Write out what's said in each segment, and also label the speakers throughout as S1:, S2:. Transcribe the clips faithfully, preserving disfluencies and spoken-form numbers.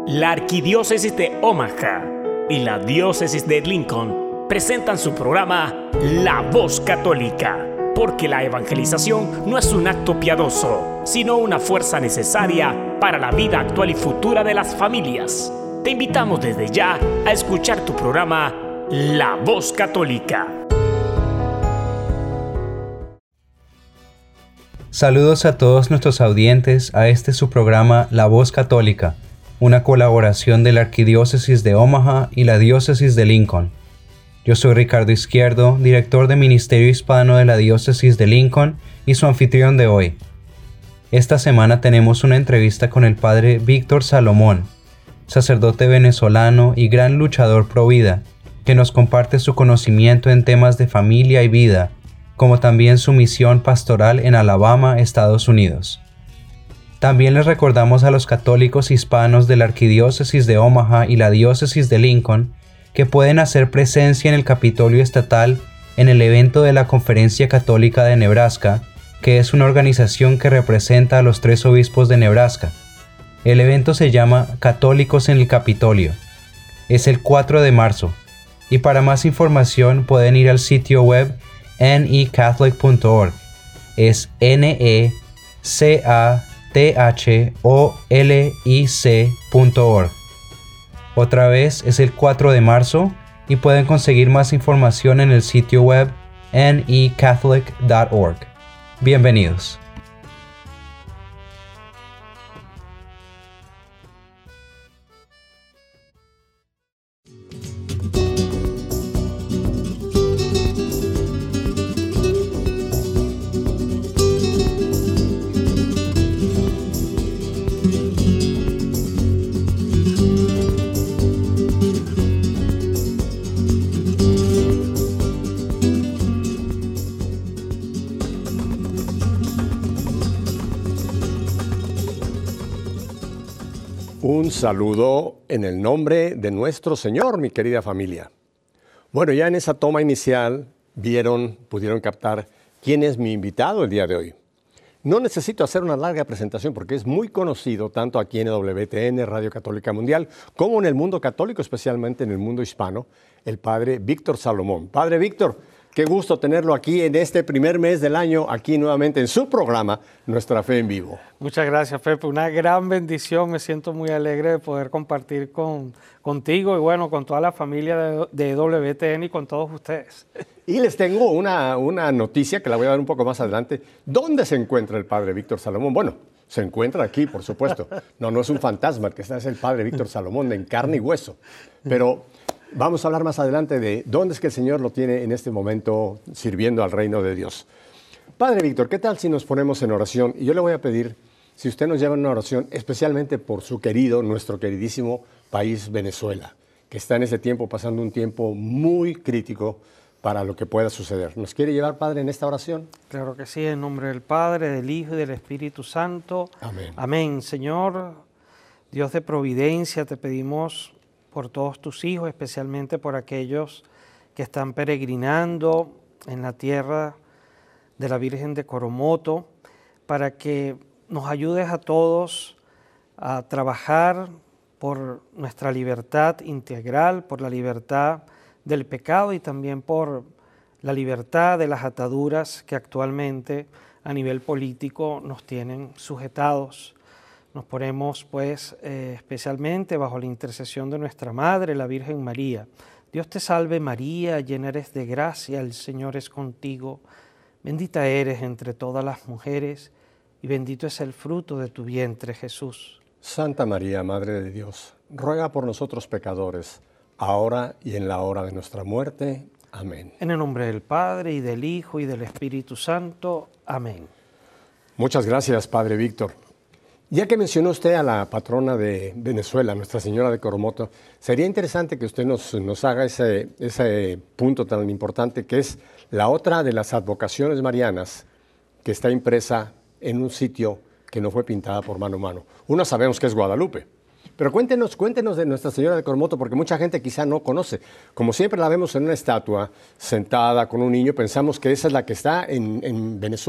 S1: La Arquidiócesis de Omaha y la Diócesis de Lincoln presentan su programa La Voz Católica, porque la evangelización no es un acto piadoso, sino una fuerza necesaria para la vida actual y futura de las familias. Te invitamos desde ya a escuchar tu programa La Voz Católica.
S2: Saludos a todos nuestros audientes a este su programa La Voz Católica, una colaboración de la Arquidiócesis de Omaha y la Diócesis de Lincoln. Yo soy Ricardo Izquierdo, director de Ministerio Hispano de la Diócesis de Lincoln y su anfitrión de hoy. Esta semana tenemos una entrevista con el padre Víctor Salomón, sacerdote venezolano y gran luchador pro vida, que nos comparte su conocimiento en temas de familia y vida, como también su misión pastoral en Alabama, Estados Unidos. También les recordamos a los católicos hispanos de la Arquidiócesis de Omaha y la Diócesis de Lincoln que pueden hacer presencia en el Capitolio Estatal en el evento de la Conferencia Católica de Nebraska, que es una organización que representa a los tres obispos de Nebraska. El evento se llama Católicos en el Capitolio. Es el cuatro de marzo, y para más información pueden ir al sitio web n e catholic punto org. Es N E C A T H O L I C punto org. Otra vez es el cuatro de marzo y pueden conseguir más información en el sitio web n e catholic punto org. Bienvenidos.
S3: Un saludo en el nombre de nuestro Señor, mi querida familia. Bueno, ya en esa toma inicial vieron, pudieron captar quién es mi invitado el día de hoy. No necesito hacer una larga presentación porque es muy conocido tanto aquí en W T N, Radio Católica Mundial, como en el mundo católico, especialmente en el mundo hispano, el padre Víctor Salomón. Padre Víctor, qué gusto tenerlo aquí en este primer mes del año, aquí nuevamente en su programa, Nuestra Fe en Vivo.
S4: Muchas gracias, Pepe. Una gran bendición. Me siento muy alegre de poder compartir con, contigo y bueno, con toda la familia de, de W T N y con todos ustedes.
S3: Y les tengo una, una noticia que la voy a dar un poco más adelante. ¿Dónde se encuentra el padre Víctor Salomón? Bueno, se encuentra aquí, por supuesto. No, no es un fantasma, el que está es el padre Víctor Salomón, de carne y hueso. Pero vamos a hablar más adelante de dónde es que el Señor lo tiene en este momento sirviendo al reino de Dios. Padre Víctor, ¿qué tal si nos ponemos en oración? Y yo le voy a pedir, si usted nos lleva en una oración, especialmente por su querido, nuestro queridísimo país Venezuela, que está en ese tiempo pasando un tiempo muy crítico para lo que pueda suceder. ¿Nos quiere llevar, Padre, en esta oración?
S4: Claro que sí, en nombre del Padre, del Hijo y del Espíritu Santo.
S3: Amén.
S4: Amén. Señor, Dios de providencia, te pedimos por todos tus hijos, especialmente por aquellos que están peregrinando en la tierra de la Virgen de Coromoto, para que nos ayudes a todos a trabajar por nuestra libertad integral, por la libertad del pecado y también por la libertad de las ataduras que actualmente a nivel político nos tienen sujetados. Nos ponemos pues eh, especialmente bajo la intercesión de nuestra Madre, la Virgen María. Dios te salve María, llena eres de gracia, el Señor es contigo. Bendita eres entre todas las mujeres y bendito es el fruto de tu vientre, Jesús.
S3: Santa María, Madre de Dios, ruega por nosotros pecadores, ahora y en la hora de nuestra muerte. Amén.
S4: En el nombre del Padre, y del Hijo, y del Espíritu Santo. Amén.
S3: Muchas gracias, Padre Víctor. Ya que mencionó usted a la patrona de Venezuela, Nuestra Señora de Coromoto, sería interesante que usted nos, nos haga ese, ese punto tan importante que es la otra de las advocaciones marianas que está impresa en un sitio que no fue pintada por mano a mano. Una sabemos que es Guadalupe, pero cuéntenos, cuéntenos de Nuestra Señora de Coromoto, porque mucha gente quizá no conoce. Como siempre la vemos en una estatua sentada con un niño, pensamos que esa es la que está en, en Venezuela,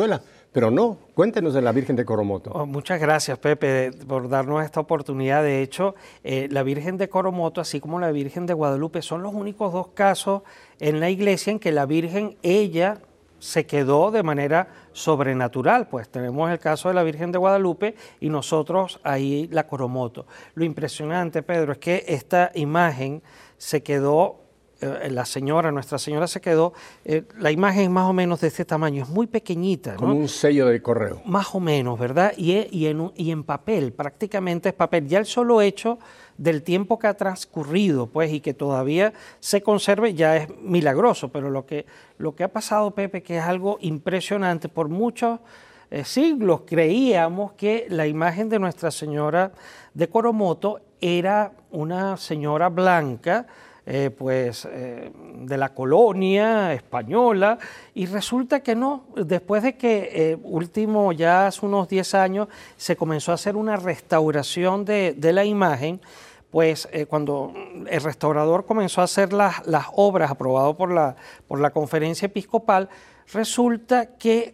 S3: pero no. Cuéntenos de la Virgen de Coromoto.
S4: Oh, muchas gracias, Pepe, por darnos esta oportunidad. De hecho, eh, la Virgen de Coromoto, así como la Virgen de Guadalupe, son los únicos dos casos en la iglesia en que la Virgen, ella, se quedó de manera sobrenatural. Pues tenemos el caso de la Virgen de Guadalupe y nosotros ahí la Coromoto. Lo impresionante, Pedro, es que esta imagen se quedó, eh, la señora, Nuestra Señora se quedó, eh, la imagen es más o menos de este tamaño, es muy pequeñita, ¿no?
S3: Como un sello de correo.
S4: Más o menos, ¿verdad? Y, y, en, y en papel, prácticamente es papel. Ya el solo hecho del tiempo que ha transcurrido, pues, y que todavía se conserve, ya es milagroso. Pero lo que, lo que ha pasado, Pepe, que es algo impresionante, por muchos eh, siglos creíamos que la imagen de Nuestra Señora de Coromoto era una señora blanca, Eh, pues eh, de la colonia española, y resulta que no. Después de que eh, último, ya hace unos diez años, se comenzó a hacer una restauración de, de la imagen, pues eh, cuando el restaurador comenzó a hacer las, las obras aprobadas por la, por la conferencia episcopal, resulta que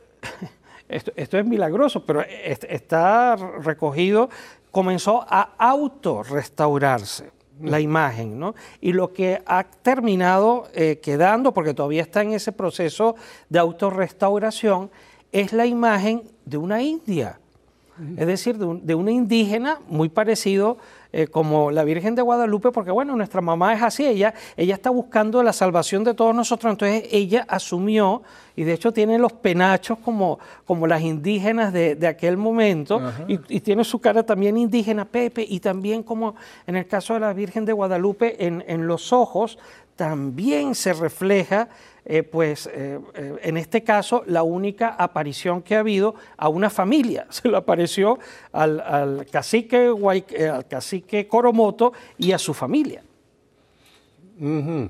S4: esto, esto es milagroso, pero está recogido, comenzó a autorrestaurarse la imagen, ¿no? Y lo que ha terminado eh, quedando, porque todavía está en ese proceso de autorrestauración, es la imagen de una india, uh-huh. Es decir, de, un, de una indígena muy parecido eh, como la Virgen de Guadalupe, porque bueno, nuestra mamá es así, ella, ella está buscando la salvación de todos nosotros, entonces ella asumió, y de hecho tiene los penachos como, como las indígenas de, de aquel momento, uh-huh. y, y tiene su cara también indígena, Pepe, y también como en el caso de la Virgen de Guadalupe, en, en los ojos también se refleja, eh, pues eh, eh, en este caso, la única aparición que ha habido a una familia. Se le apareció al, al, cacique, eh, al cacique Coromoto y a su familia.
S3: Uh-huh.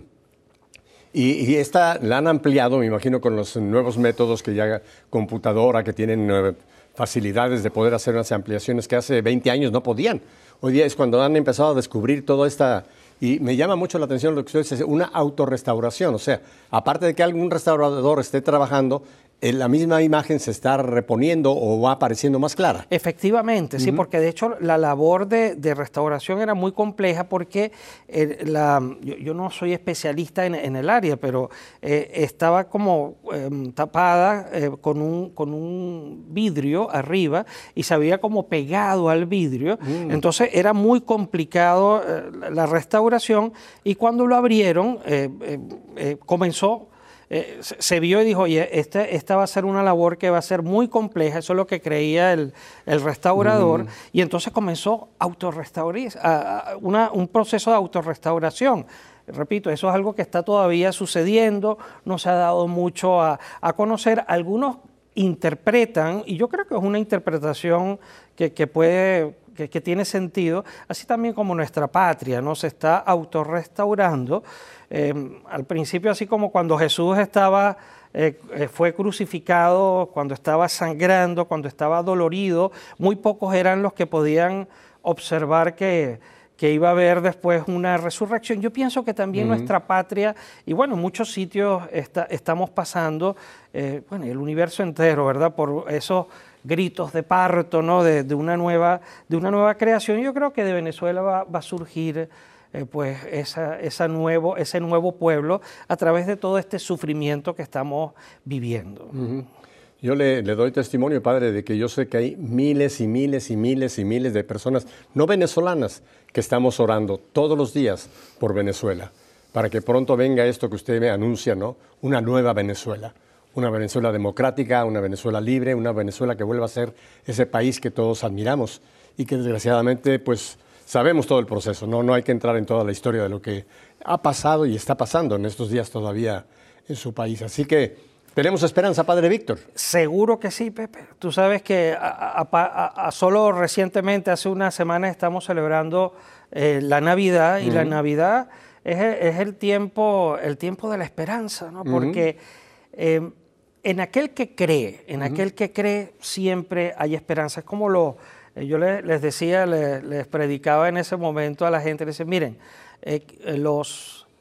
S3: Y, y esta la han ampliado, me imagino, con los nuevos métodos que ya computadora, que tienen eh, facilidades de poder hacer unas ampliaciones que hace veinte años no podían. Hoy día es cuando han empezado a descubrir toda esta... Y me llama mucho la atención lo que usted dice, una autorrestauración. O sea, aparte de que algún restaurador esté trabajando, la misma imagen se está reponiendo o va apareciendo más clara.
S4: Efectivamente, uh-huh. Sí, porque de hecho la labor de, de restauración era muy compleja porque eh, la, yo, yo no soy especialista en, en el área, pero eh, estaba como eh, tapada eh, con, un, con un vidrio arriba y se había como pegado al vidrio, uh-huh. Entonces era muy complicado eh, la restauración, y cuando lo abrieron eh, eh, eh, comenzó... Eh, se, se vio y dijo, oye, este, esta va a ser una labor que va a ser muy compleja, eso es lo que creía el, el restaurador, mm. y entonces comenzó autorrestaurar, a, a una, un proceso de autorrestauración. Repito, eso es algo que está todavía sucediendo, no se ha dado mucho a, a conocer. Algunos interpretan, y yo creo que es una interpretación que, que puede... Que, que tiene sentido, así también como nuestra patria, ¿no? Se está autorrestaurando. Eh, al principio, así como cuando Jesús estaba, eh, fue crucificado, cuando estaba sangrando, cuando estaba dolorido, muy pocos eran los que podían observar que, que iba a haber después una resurrección. Yo pienso que también uh-huh. nuestra patria, y bueno, en muchos sitios está, estamos pasando, eh, bueno, el universo entero, ¿verdad?, por esos gritos de parto, ¿no?, de, de, una nueva, de una nueva creación. Yo creo que de Venezuela va, va a surgir eh, pues esa, esa nuevo, ese nuevo pueblo a través de todo este sufrimiento que estamos viviendo.
S3: Uh-huh. Yo le, le doy testimonio, padre, de que yo sé que hay miles y miles y miles y miles de personas no venezolanas que estamos orando todos los días por Venezuela, para que pronto venga esto que usted me anuncia, ¿no?, una nueva Venezuela. Una Venezuela democrática, una Venezuela libre, una Venezuela que vuelva a ser ese país que todos admiramos y que desgraciadamente pues sabemos todo el proceso, ¿no? No hay que entrar en toda la historia de lo que ha pasado y está pasando en estos días todavía en su país. Así que tenemos esperanza, Padre Víctor.
S4: Seguro que sí, Pepe. Tú sabes que a, a, a, a solo recientemente, hace una semana, estamos celebrando eh, la Navidad, y uh-huh. la Navidad es, es el, tiempo, el tiempo de la esperanza, ¿no? Porque... Uh-huh. eh, En aquel que cree, en uh-huh. aquel que cree siempre hay esperanza. Es como lo, eh, yo les, les decía, les, les predicaba en ese momento a la gente, les decía, miren, eh, los,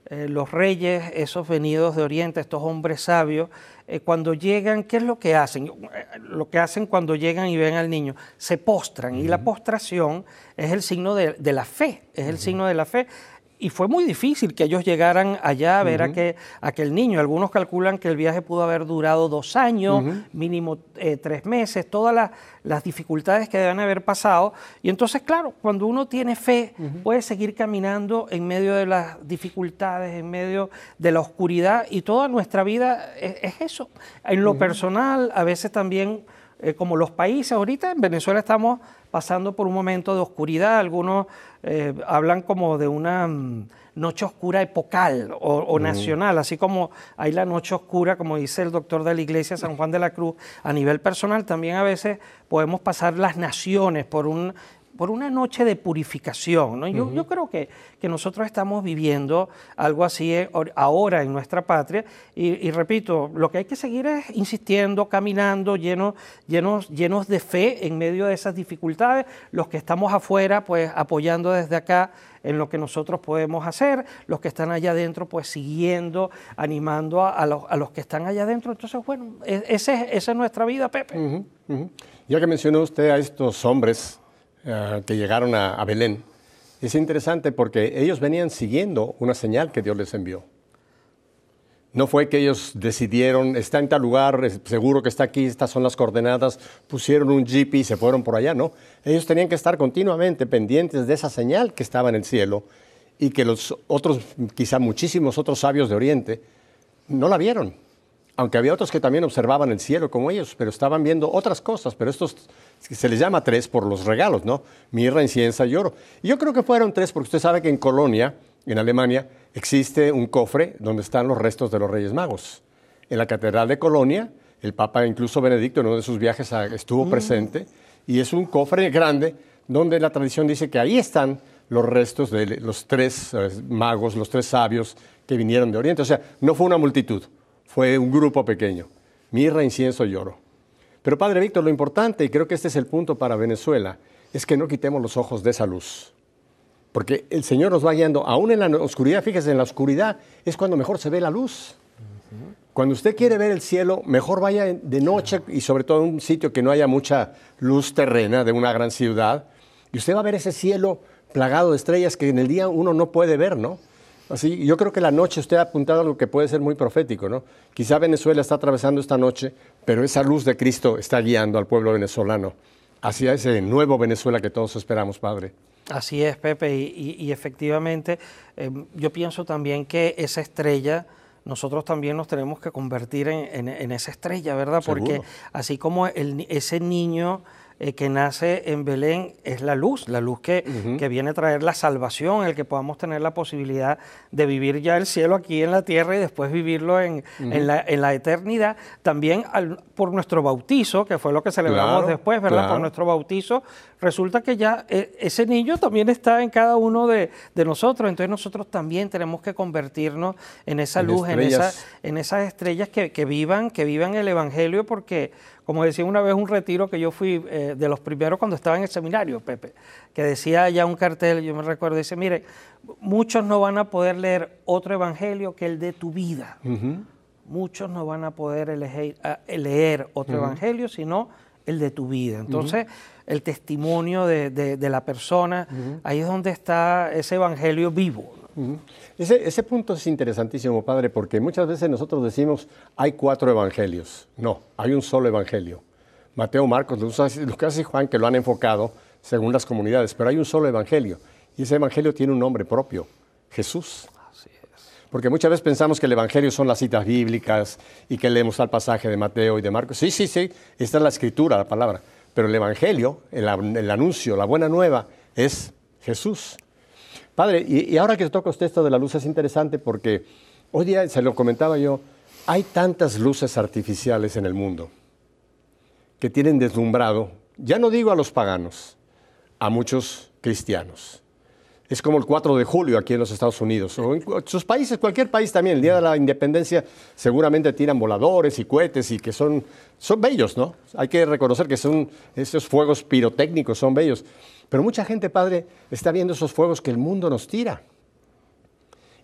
S4: eh, los reyes, esos venidos de Oriente, estos hombres sabios, eh, cuando llegan, ¿qué es lo que hacen? Lo que hacen cuando llegan y ven al niño, se postran, uh-huh. y la postración es el signo de, de la fe, es el uh-huh. signo de la fe. Y fue muy difícil que ellos llegaran allá a ver uh-huh. a que, a aquel niño. Algunos calculan que el viaje pudo haber durado dos años, uh-huh. mínimo eh, tres meses, todas las, las dificultades que deben haber pasado. Y entonces, claro, cuando uno tiene fe, uh-huh. puede seguir caminando en medio de las dificultades, en medio de la oscuridad. Y toda nuestra vida es, es eso. En lo uh-huh. personal, a veces también, eh, como los países, ahorita en Venezuela estamos pasando por un momento de oscuridad. Algunos eh, hablan como de una um, noche oscura epocal o, o uh-huh. nacional, así como hay la noche oscura, como dice el doctor de la Iglesia, San Juan de la Cruz. A nivel personal también a veces podemos pasar las naciones por un... por una noche de purificación, ¿no? Yo, uh-huh. yo creo que, que nosotros estamos viviendo algo así ahora en nuestra patria y, y repito, lo que hay que seguir es insistiendo, caminando, llenos, llenos, llenos de fe en medio de esas dificultades, los que estamos afuera, pues apoyando desde acá en lo que nosotros podemos hacer, los que están allá adentro, pues siguiendo, animando a, a, los, a los que están allá adentro. Entonces, bueno, ese, esa es nuestra vida, Pepe.
S3: Uh-huh. Uh-huh. Ya que mencionó usted a estos hombres Uh, que llegaron a, a Belén, es interesante porque ellos venían siguiendo una señal que Dios les envió. No fue que ellos decidieron, está en tal lugar, seguro que está aquí, estas son las coordenadas, pusieron un jeep y se fueron por allá, no. Ellos tenían que estar continuamente pendientes de esa señal que estaba en el cielo y que los otros, quizá muchísimos otros sabios de Oriente, no la vieron. Aunque había otros que también observaban el cielo como ellos, pero estaban viendo otras cosas. Pero estos se les llama tres por los regalos, ¿no? Mirra, incienso y oro. Y yo creo que fueron tres porque usted sabe que en Colonia, en Alemania, existe un cofre donde están los restos de los Reyes Magos. En la Catedral de Colonia, el Papa incluso Benedicto en uno de sus viajes estuvo mm. presente. Y es un cofre grande donde la tradición dice que ahí están los restos de los tres eh, magos, los tres sabios que vinieron de Oriente. O sea, no fue una multitud. Fue un grupo pequeño, mirra, incienso y oro. Pero Padre Víctor, lo importante, y creo que este es el punto para Venezuela, es que no quitemos los ojos de esa luz. Porque el Señor nos va guiando, aún en la oscuridad, fíjese, en la oscuridad es cuando mejor se ve la luz. Uh-huh. Cuando usted quiere ver el cielo, mejor vaya de noche y sobre todo en un sitio que no haya mucha luz terrena de una gran ciudad. Y usted va a ver ese cielo plagado de estrellas que en el día uno no puede ver, ¿no? Así, yo creo que la noche usted ha apuntado a algo que puede ser muy profético, ¿no? Quizá Venezuela está atravesando esta noche, pero esa luz de Cristo está guiando al pueblo venezolano hacia ese nuevo Venezuela que todos esperamos, Padre.
S4: Así es, Pepe, y, y, y efectivamente eh, yo pienso también que esa estrella, nosotros también nos tenemos que convertir en, en, en esa estrella, ¿verdad?
S3: Seguro.
S4: Porque así como el, ese niño Eh, que nace en Belén es la luz, la luz que, uh-huh. que viene a traer la salvación, el que podamos tener la posibilidad de vivir ya el cielo aquí en la tierra y después vivirlo en, uh-huh. en, la, en la eternidad. También al, por nuestro bautizo, que fue lo que celebramos claro, después, ¿verdad? Claro. Por nuestro bautizo, resulta que ya eh, ese niño también está en cada uno de, de nosotros, entonces nosotros también tenemos que convertirnos en esa en luz, en, esa, en esas estrellas que, que vivan, que vivan el Evangelio, porque como decía una vez un retiro que yo fui eh, de los primeros cuando estaba en el seminario, Pepe, que decía ya un cartel, yo me recuerdo, dice, mire, muchos no van a poder leer otro evangelio que el de tu vida. Uh-huh. Muchos no van a poder elegir, a, leer otro uh-huh. evangelio, sino el de tu vida. Entonces, uh-huh. el testimonio de, de, de la persona, uh-huh. ahí es donde está ese evangelio vivo.
S3: Uh-huh. Ese, ese punto es interesantísimo, Padre, porque muchas veces nosotros decimos hay cuatro evangelios. No, hay un solo evangelio. Mateo, Marcos, Lucas y Juan, que lo han enfocado según las comunidades, pero hay un solo evangelio. Y ese evangelio tiene un nombre propio, Jesús.
S4: Así es.
S3: Porque muchas veces pensamos que el evangelio son las citas bíblicas y que leemos al pasaje de Mateo y de Marcos. Sí, sí, sí, esta es la escritura, la palabra. Pero el evangelio, el, el anuncio, la buena nueva, es Jesús. Padre, y, y ahora que toca usted esto de la luz es interesante porque hoy día, se lo comentaba yo, hay tantas luces artificiales en el mundo que tienen deslumbrado, ya no digo a los paganos, a muchos cristianos. Es como el cuatro de julio aquí en los Estados Unidos, o en sus países, cualquier país también, el día de la independencia seguramente tiran voladores y cohetes y que son, son bellos, ¿no? Hay que reconocer que son esos fuegos pirotécnicos, son bellos. Pero mucha gente, Padre, está viendo esos fuegos que el mundo nos tira.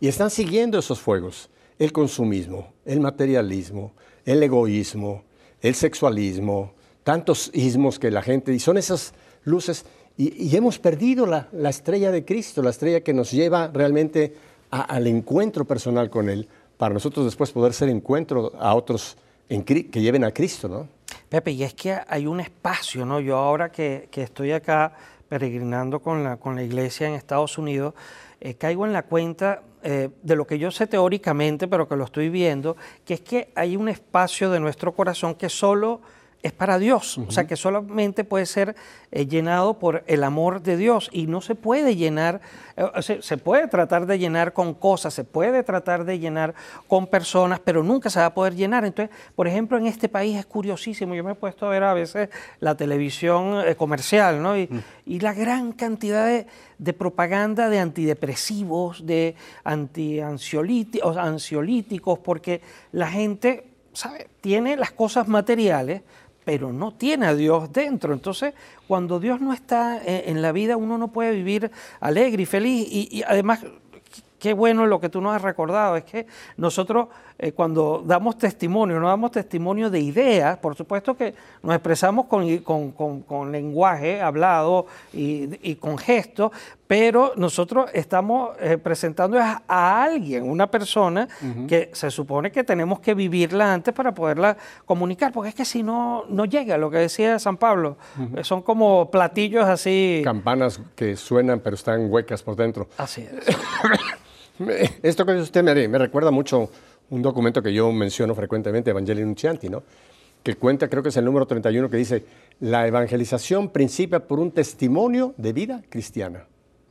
S3: Y están siguiendo esos fuegos. El consumismo, el materialismo, el egoísmo, el sexualismo, tantos ismos que la gente... Y son esas luces... Y, y hemos perdido la, la estrella de Cristo, la estrella que nos lleva realmente a, al encuentro personal con Él, para nosotros después poder ser encuentro a otros en, que lleven a Cristo, ¿no?
S4: Pepe, y es que hay un espacio, ¿no? Yo ahora que, que estoy acá peregrinando con la, con la iglesia en Estados Unidos, eh, caigo en la cuenta eh, de lo que yo sé teóricamente, pero que lo estoy viendo, que es que hay un espacio de nuestro corazón que solo es para Dios, uh-huh. O sea, que solamente puede ser eh, llenado por el amor de Dios y no se puede llenar, eh, se, se puede tratar de llenar con cosas, se puede tratar de llenar con personas, pero nunca se va a poder llenar. Entonces, por ejemplo, en este país es curiosísimo, yo me he puesto a ver a veces la televisión eh, comercial, ¿no? Y, uh-huh. y la gran cantidad de, de propaganda de antidepresivos, de antiansiolíticos, ansiolíticos, porque la gente, ¿sabe?, tiene las cosas materiales, pero no tiene a Dios dentro. Entonces, cuando Dios no está en la vida, uno no puede vivir alegre y feliz. Y, y además, qué bueno lo que tú nos has recordado, es que nosotros eh, cuando damos testimonio, no damos testimonio de ideas, por supuesto que nos expresamos con, con, con, con lenguaje hablado y, y con gestos, pero nosotros estamos eh, presentando a, a alguien, una persona uh-huh. que se supone que tenemos que vivirla antes para poderla comunicar, porque es que si no, no llega, lo que decía San Pablo, uh-huh. son como platillos así.
S3: Campanas que suenan pero están huecas por dentro.
S4: Así es.
S3: Esto que usted me, me recuerda mucho un documento que yo menciono frecuentemente, Evangelii Nuntianti, ¿no? Que cuenta, creo que es el número treinta y uno, que dice, la evangelización principia por un testimonio de vida cristiana.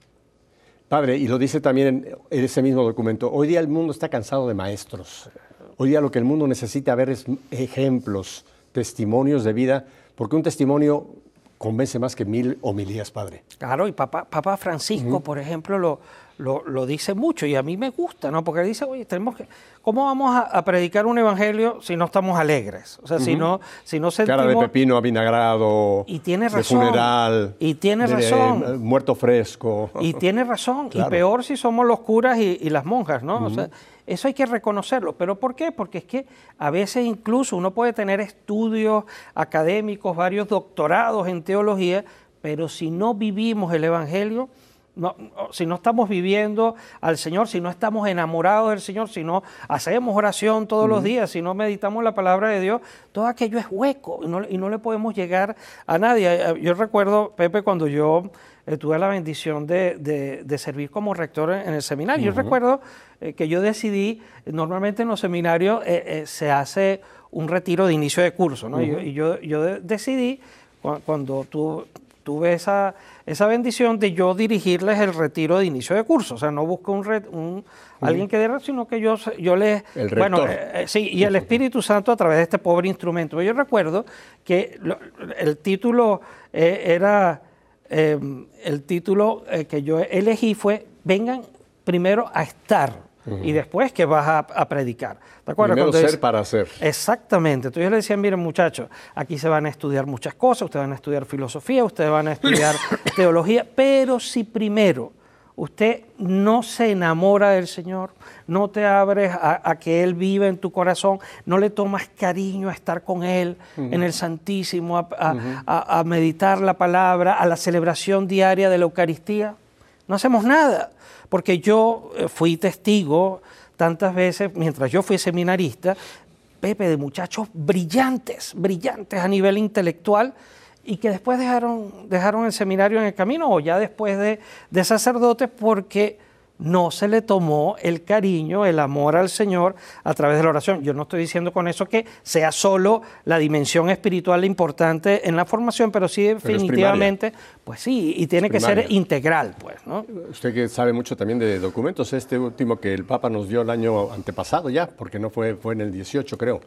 S3: Padre, y lo dice también en, en ese mismo documento, hoy día el mundo está cansado de maestros. Hoy día lo que el mundo necesita ver es ejemplos, testimonios de vida, porque un testimonio convence más que mil homilías, Padre.
S4: Claro, y Papa, Papa Francisco, uh-huh. por ejemplo, lo, lo, lo dice mucho y a mí me gusta, ¿no? Porque dice, oye, tenemos que, ¿cómo vamos a, a predicar un evangelio si no estamos alegres? O sea, uh-huh. si no, si no sentimos...
S3: Cara de pepino avinagrado,
S4: y tiene razón,
S3: de funeral,
S4: y tiene
S3: de,
S4: razón.
S3: De, muerto fresco.
S4: Y tiene razón, claro. Y peor si somos los curas y, y las monjas, ¿no? Uh-huh. O sea, eso hay que reconocerlo. ¿Pero por qué? Porque es que a veces incluso uno puede tener estudios académicos, varios doctorados en teología, pero si no vivimos el evangelio, no, si no estamos viviendo al Señor, si no estamos enamorados del Señor, si no hacemos oración todos uh-huh. los días, si no meditamos la palabra de Dios, todo aquello es hueco y no, y no le podemos llegar a nadie. Yo recuerdo, Pepe, cuando yo eh, tuve la bendición de, de, de servir como rector en, en el seminario, uh-huh. yo recuerdo eh, que yo decidí, normalmente en los seminarios eh, eh, se hace un retiro de inicio de curso, ¿no? Uh-huh. y, yo, y yo, yo de, decidí, cuando, cuando tú... tuve esa, esa bendición de yo dirigirles el retiro de inicio de curso. O sea, no busco un, red, un uh-huh. alguien que diera, sino que yo, yo les...
S3: El
S4: bueno, eh, sí, y el Espíritu Santo a través de este pobre instrumento. Yo recuerdo que lo, el título eh, era... Eh, el título eh, que yo elegí fue Vengan primero a estar. Uh-huh. Y después que vas a, a predicar. ¿Te acuerdas?
S3: Primero
S4: Cuando
S3: ser
S4: dice,
S3: para hacer.
S4: Exactamente. Entonces yo le decía, miren muchachos, aquí se van a estudiar muchas cosas, ustedes van a estudiar filosofía, ustedes van a estudiar teología, pero si primero usted no se enamora del Señor, no te abres a, a que Él viva en tu corazón, no le tomas cariño a estar con Él uh-huh. en el Santísimo, a, a, uh-huh. a, a meditar la palabra, a la celebración diaria de la Eucaristía, no hacemos nada. Porque yo fui testigo tantas veces, mientras yo fui seminarista, Pepe, de muchachos brillantes, brillantes a nivel intelectual, y que después dejaron, dejaron el seminario en el camino, o ya después de, de sacerdotes, porque no se le tomó el cariño, el amor al Señor a través de la oración. Yo no estoy diciendo con eso que sea solo la dimensión espiritual importante en la formación, pero sí definitivamente, pues sí, y tiene que ser integral, pues, ¿no?
S3: Usted que sabe mucho también de documentos, este último que el Papa nos dio el año antepasado ya, porque no fue, fue en el dieciocho, creo,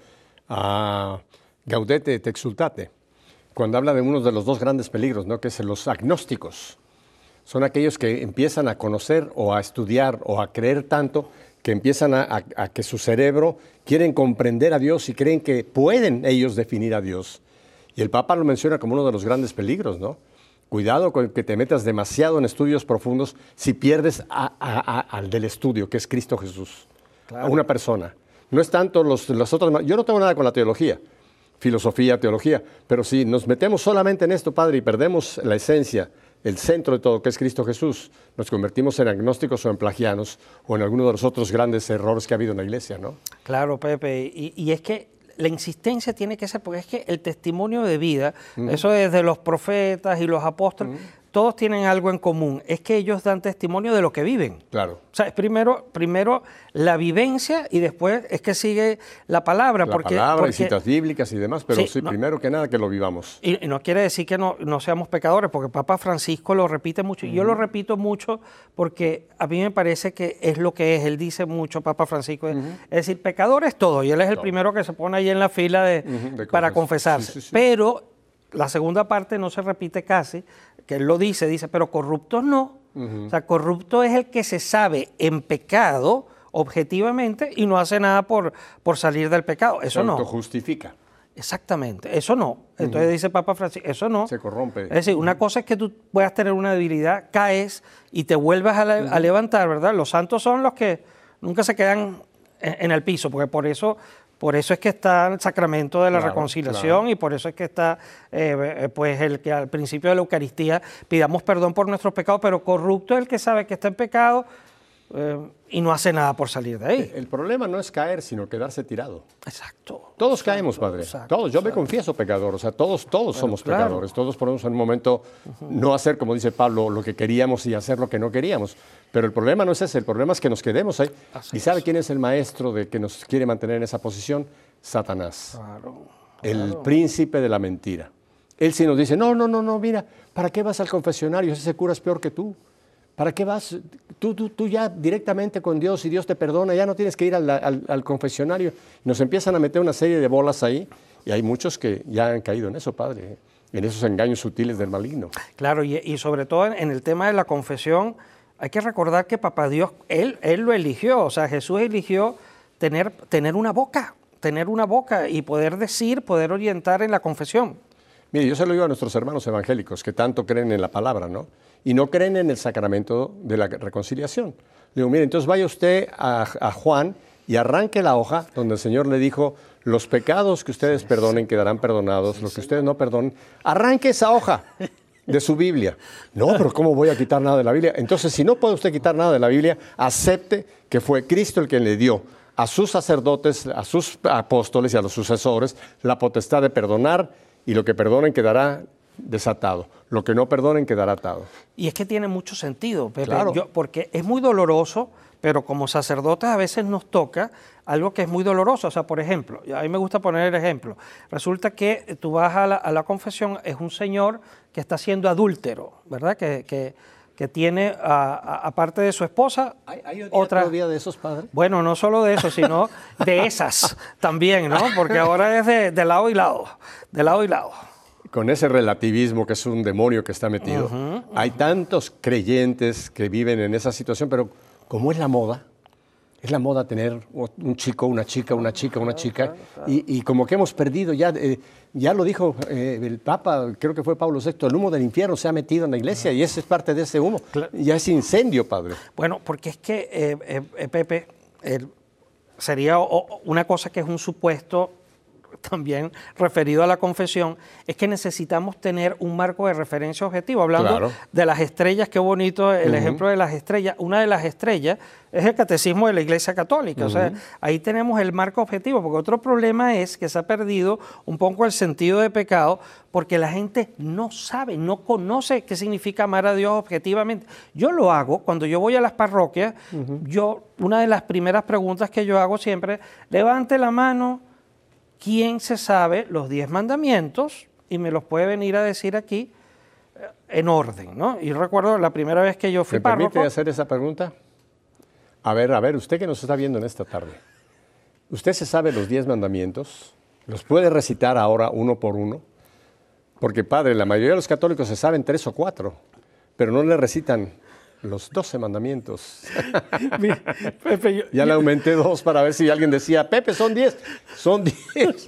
S3: a Gaudete et Exsultate, cuando habla de uno de los dos grandes peligros, ¿no? Que es los agnósticos. Son aquellos que empiezan a conocer o a estudiar o a creer tanto que empiezan a, a, a que su cerebro quieren comprender a Dios y creen que pueden ellos definir a Dios. Y el Papa lo menciona como uno de los grandes peligros, ¿no? Cuidado con que te metas demasiado en estudios profundos si pierdes a, a, a, al del estudio, que es Cristo Jesús, claro. A una persona. No es tanto los, los otros... Yo no tengo nada con la teología, filosofía, teología, pero si nos metemos solamente en esto, Padre, y perdemos la esencia, el centro de todo, que es Cristo Jesús, nos convertimos en agnósticos o en plagianos o en alguno de los otros grandes errores que ha habido en la iglesia, ¿no?
S4: Claro, Pepe, y, y es que la insistencia tiene que ser, porque es que el testimonio de vida, mm. eso desde los profetas y los apóstoles, mm. todos tienen algo en común, es que ellos dan testimonio de lo que viven.
S3: Claro.
S4: O sea, es primero, primero la vivencia y después es que sigue la palabra.
S3: La
S4: porque,
S3: palabra
S4: porque,
S3: y citas bíblicas y demás, pero sí, sí no, primero que nada que lo vivamos.
S4: Y, y no quiere decir que no, no seamos pecadores, porque Papa Francisco lo repite mucho, y mm. yo lo repito mucho porque a mí me parece que es lo que es, él dice mucho, Papa Francisco, mm. es decir, pecador es todo, y él es el todo. primero que se pone ahí en la fila de, mm, de para confesarse, sí, sí, sí. Pero la segunda parte no se repite casi, que él lo dice, dice, pero corruptos no. Uh-huh. O sea, corrupto es el que se sabe en pecado objetivamente y no hace nada por, por salir del pecado. Eso
S3: se
S4: no.
S3: Se autojustifica.
S4: Exactamente, eso no. Entonces uh-huh. dice Papa Francisco, eso no.
S3: Se corrompe.
S4: Es decir, una cosa es que tú puedas tener una debilidad, caes y te vuelves a, la, uh-huh. a levantar, ¿verdad? Los santos son los que nunca se quedan en, en el piso, porque por eso... Por eso es que está el sacramento de la claro, reconciliación claro. y por eso es que está eh, pues el que al principio de la Eucaristía pidamos perdón por nuestros pecados, pero corrupto es el que sabe que está en pecado eh, y no hace nada por salir de ahí.
S3: El problema no es caer, sino quedarse tirado.
S4: Exacto.
S3: Todos
S4: exacto,
S3: caemos, Padre.
S4: Exacto,
S3: todos. Yo
S4: exacto.
S3: me confieso pecador. O sea, todos, todos bueno, somos
S4: claro.
S3: pecadores. Todos podemos en un momento uh-huh. no hacer, como dice Pablo, lo que queríamos y hacer lo que no queríamos. Pero el problema no es ese. El problema es que nos quedemos ahí. Así ¿Y sabe es. quién es el maestro de que nos quiere mantener en esa posición? Satanás. Claro, el claro. príncipe de la mentira. Él sí nos dice, no, no, no, no, mira, ¿para qué vas al confesionario? Ese cura es peor que tú. ¿Para qué vas? Tú, tú, tú ya directamente con Dios y Dios te perdona, ya no tienes que ir al, al, al confesionario. Nos empiezan a meter una serie de bolas ahí y hay muchos que ya han caído en eso, Padre, en esos engaños sutiles del maligno.
S4: Claro, y, y sobre todo en, en el tema de la confesión, hay que recordar que Papá Dios, él, él lo eligió, o sea, Jesús eligió tener, tener una boca, tener una boca y poder decir, poder orientar en la confesión.
S3: Mire, yo se lo digo a nuestros hermanos evangélicos que tanto creen en la palabra, ¿no? Y no creen en el sacramento de la reconciliación. Le digo, mire, entonces vaya usted a, a Juan y arranque la hoja donde el Señor le dijo, los pecados que ustedes sí, perdonen sí. quedarán perdonados, sí, los que sí. ustedes no perdonen. Arranque esa hoja de su Biblia. No, pero ¿cómo voy a quitar nada de la Biblia? Entonces, si no puede usted quitar nada de la Biblia, acepte que fue Cristo el que le dio a sus sacerdotes, a sus apóstoles y a los sucesores la potestad de perdonar, y lo que perdonen quedará desatado, lo que no perdonen quedará atado.
S4: Y es que tiene mucho sentido, Pepe,
S3: claro.
S4: Yo, porque es muy doloroso, pero como sacerdotes a veces nos toca algo que es muy doloroso. O sea, por ejemplo, a mí me gusta poner el ejemplo, resulta que tú vas a la, a la confesión, es un señor que está siendo adúltero, ¿verdad? Que... que que tiene, a, a, aparte de su esposa,
S3: ¿Hay, hay
S4: otra...
S3: otro día de esos, padres?
S4: Bueno, no solo de eso, sino de esas también, ¿no? Porque ahora es de, de lado y lado, de lado y lado.
S3: Con ese relativismo que es un demonio que está metido. Uh-huh, uh-huh. Hay tantos creyentes que viven en esa situación, pero como es la moda, es la moda tener un chico, una chica, una chica, una chica, y, y como que hemos perdido ya... Eh, Ya lo dijo eh, el Papa, creo que fue Pablo sexto, el humo del infierno se ha metido en la iglesia y ese es parte de ese humo. Claro. Ya es incendio, Padre.
S4: Bueno, porque es que, eh, eh, Pepe, eh, sería o, una cosa que es un supuesto también referido a la confesión, es que necesitamos tener un marco de referencia objetivo. Hablando claro. de las estrellas, qué bonito el uh-huh. ejemplo de las estrellas. Una de las estrellas es el catecismo de la Iglesia Católica. Uh-huh. O sea, ahí tenemos el marco objetivo, porque otro problema es que se ha perdido un poco el sentido de pecado, porque la gente no sabe, no conoce qué significa amar a Dios objetivamente. Yo lo hago cuando yo voy a las parroquias, uh-huh. yo, una de las primeras preguntas que yo hago siempre, levante la mano, ¿quién se sabe los diez mandamientos? Y me los puede venir a decir aquí en orden, ¿no? Y recuerdo la primera vez que yo fui párroco...
S3: ¿Me permite hacer esa pregunta? A ver, a ver, usted que nos está viendo en esta tarde, ¿usted se sabe los diez mandamientos? ¿Los puede recitar ahora uno por uno? Porque, padre, la mayoría de los católicos se saben tres o cuatro, pero no le recitan los doce mandamientos.
S4: Pepe, yo,
S3: ya le aumenté dos para ver si alguien decía, Pepe, son diez. Son diez.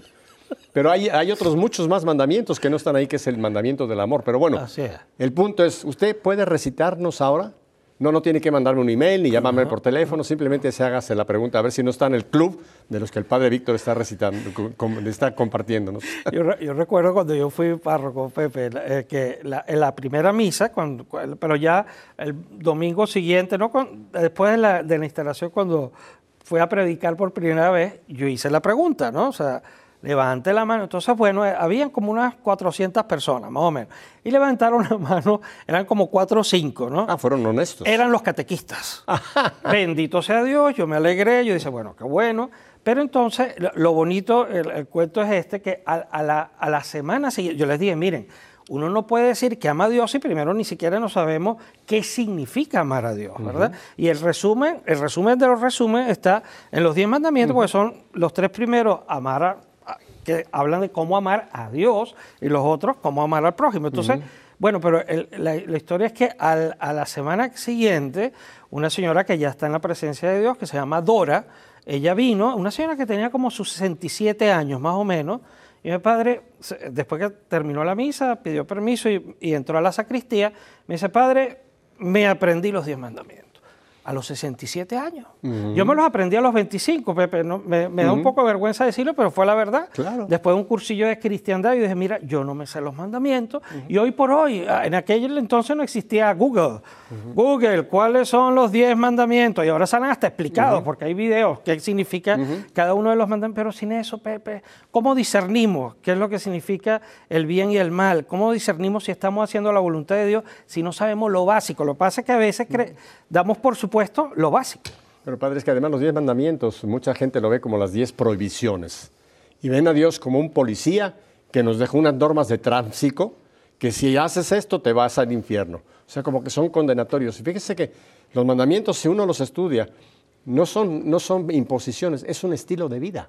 S3: Pero hay, hay otros muchos más mandamientos que no están ahí, que es el mandamiento del amor. Pero bueno,
S4: Así es.
S3: el punto es, ¿usted puede recitarnos ahora? No, no tiene que mandarme un email ni llamarme
S4: Ajá.
S3: por teléfono, simplemente se hágase la pregunta, a ver si no está en el club de los que el padre Víctor está recitando, com, está compartiéndonos.
S4: Yo, re, yo recuerdo cuando yo fui párroco, Pepe, eh, que la, en la primera misa, cuando, pero ya el domingo siguiente, no con, después de la, de la instalación, cuando fui a predicar por primera vez, yo hice la pregunta, ¿no? O sea, levante la mano. Entonces, bueno, eh, habían como unas cuatrocientas personas, más o menos. Y levantaron la mano, eran como cuatro o cinco, ¿no?
S3: Ah, fueron honestos.
S4: Eran los catequistas. Bendito sea Dios, yo me alegré, yo dije, bueno, qué bueno. Pero entonces, lo, lo bonito, el, el cuento es este, que a, a, la, a la semana siguiente, yo les dije, miren, uno no puede decir que ama a Dios y primero ni siquiera no sabemos qué significa amar a Dios, ¿verdad? Uh-huh. Y el resumen, el resumen de los resúmenes está en los diez mandamientos, uh-huh. porque son los tres primeros, amar a, que hablan de cómo amar a Dios, y los otros, cómo amar al prójimo. Entonces, uh-huh. bueno, pero el, la, la historia es que al, a la semana siguiente, una señora que ya está en la presencia de Dios, que se llama Dora, ella vino, una señora que tenía como sus sesenta y siete años, más o menos, y mi padre, después que terminó la misa, pidió permiso y, y entró a la sacristía, me dice, padre, me aprendí los diez mandamientos. A los sesenta y siete años. Uh-huh. Yo me los aprendí a los veinticinco, Pepe. No, me me uh-huh. da un poco de vergüenza decirlo, pero fue la verdad.
S3: Claro.
S4: Después de un cursillo de cristiandad, yo dije, mira, yo no me sé los mandamientos. Uh-huh. Y hoy por hoy, en aquel entonces no existía Google. Uh-huh. Google, ¿cuáles son los diez mandamientos? Y ahora salen hasta explicados, uh-huh. porque hay videos, qué significa uh-huh. cada uno de los mandamientos. Pero sin eso, Pepe, ¿cómo discernimos qué es lo que significa el bien y el mal? ¿Cómo discernimos si estamos haciendo la voluntad de Dios si no sabemos lo básico? Lo que pasa es que a veces cre- damos por supuesto Puesto, lo básico.
S3: Pero padre, es que además los diez mandamientos, mucha gente lo ve como las diez prohibiciones. Y ven a Dios como un policía que nos dejó unas normas de tránsito, que si haces esto te vas al infierno. O sea, como que son condenatorios. Y fíjese que los mandamientos, si uno los estudia, no son, no son imposiciones, es un estilo de vida.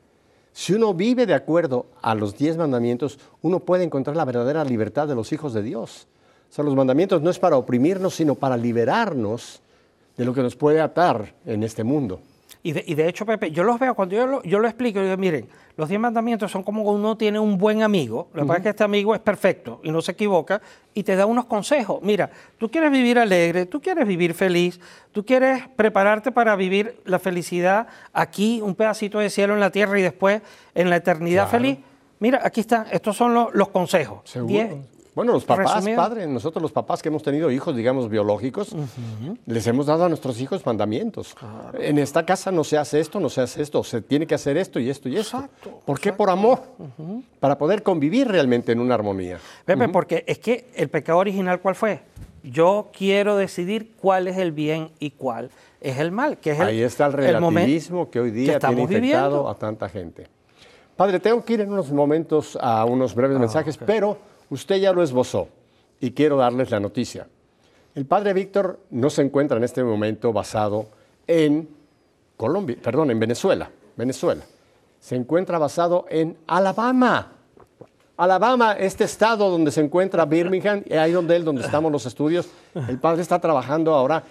S3: Si uno vive de acuerdo a los diez mandamientos, uno puede encontrar la verdadera libertad de los hijos de Dios. O sea, los mandamientos no es para oprimirnos, sino para liberarnos de lo que nos puede atar en este mundo.
S4: Y de, y de hecho, Pepe, yo los veo, cuando yo lo, yo lo explico, yo digo, miren, los diez mandamientos son como uno tiene un buen amigo, lo que uh-huh. pasa es que este amigo es perfecto y no se equivoca, y te da unos consejos. Mira, tú quieres vivir alegre, tú quieres vivir feliz, tú quieres prepararte para vivir la felicidad aquí, un pedacito de cielo en la tierra y después en la eternidad claro. feliz. Mira, aquí está, estos son los, los consejos.
S3: ¿Seguro?
S4: Diez,
S3: Bueno, los papás,
S4: resumido.
S3: padre, nosotros los papás que hemos tenido hijos, digamos, biológicos, uh-huh. les hemos dado a nuestros hijos mandamientos. Claro. En esta casa no se hace esto, no se hace esto, se tiene que hacer esto y esto y esto. Exacto, ¿Por qué? Exacto. Por amor, uh-huh. para poder convivir realmente en una armonía.
S4: Pepe, uh-huh. porque es que el pecado original, ¿cuál fue? Yo quiero decidir cuál es el bien y cuál es el mal. Que es el,
S3: Ahí está el relativismo el que hoy día que tiene infectado viviendo. a tanta gente. Padre, tengo que ir en unos momentos a unos breves oh, mensajes, okay. pero usted ya lo esbozó y quiero darles la noticia. El padre Víctor no se encuentra en este momento basado en Colombia, perdón, en Venezuela, Venezuela. Se encuentra basado en Alabama. Alabama, este estado donde se encuentra Birmingham, y ahí donde él, donde estamos los estudios. El padre está trabajando ahora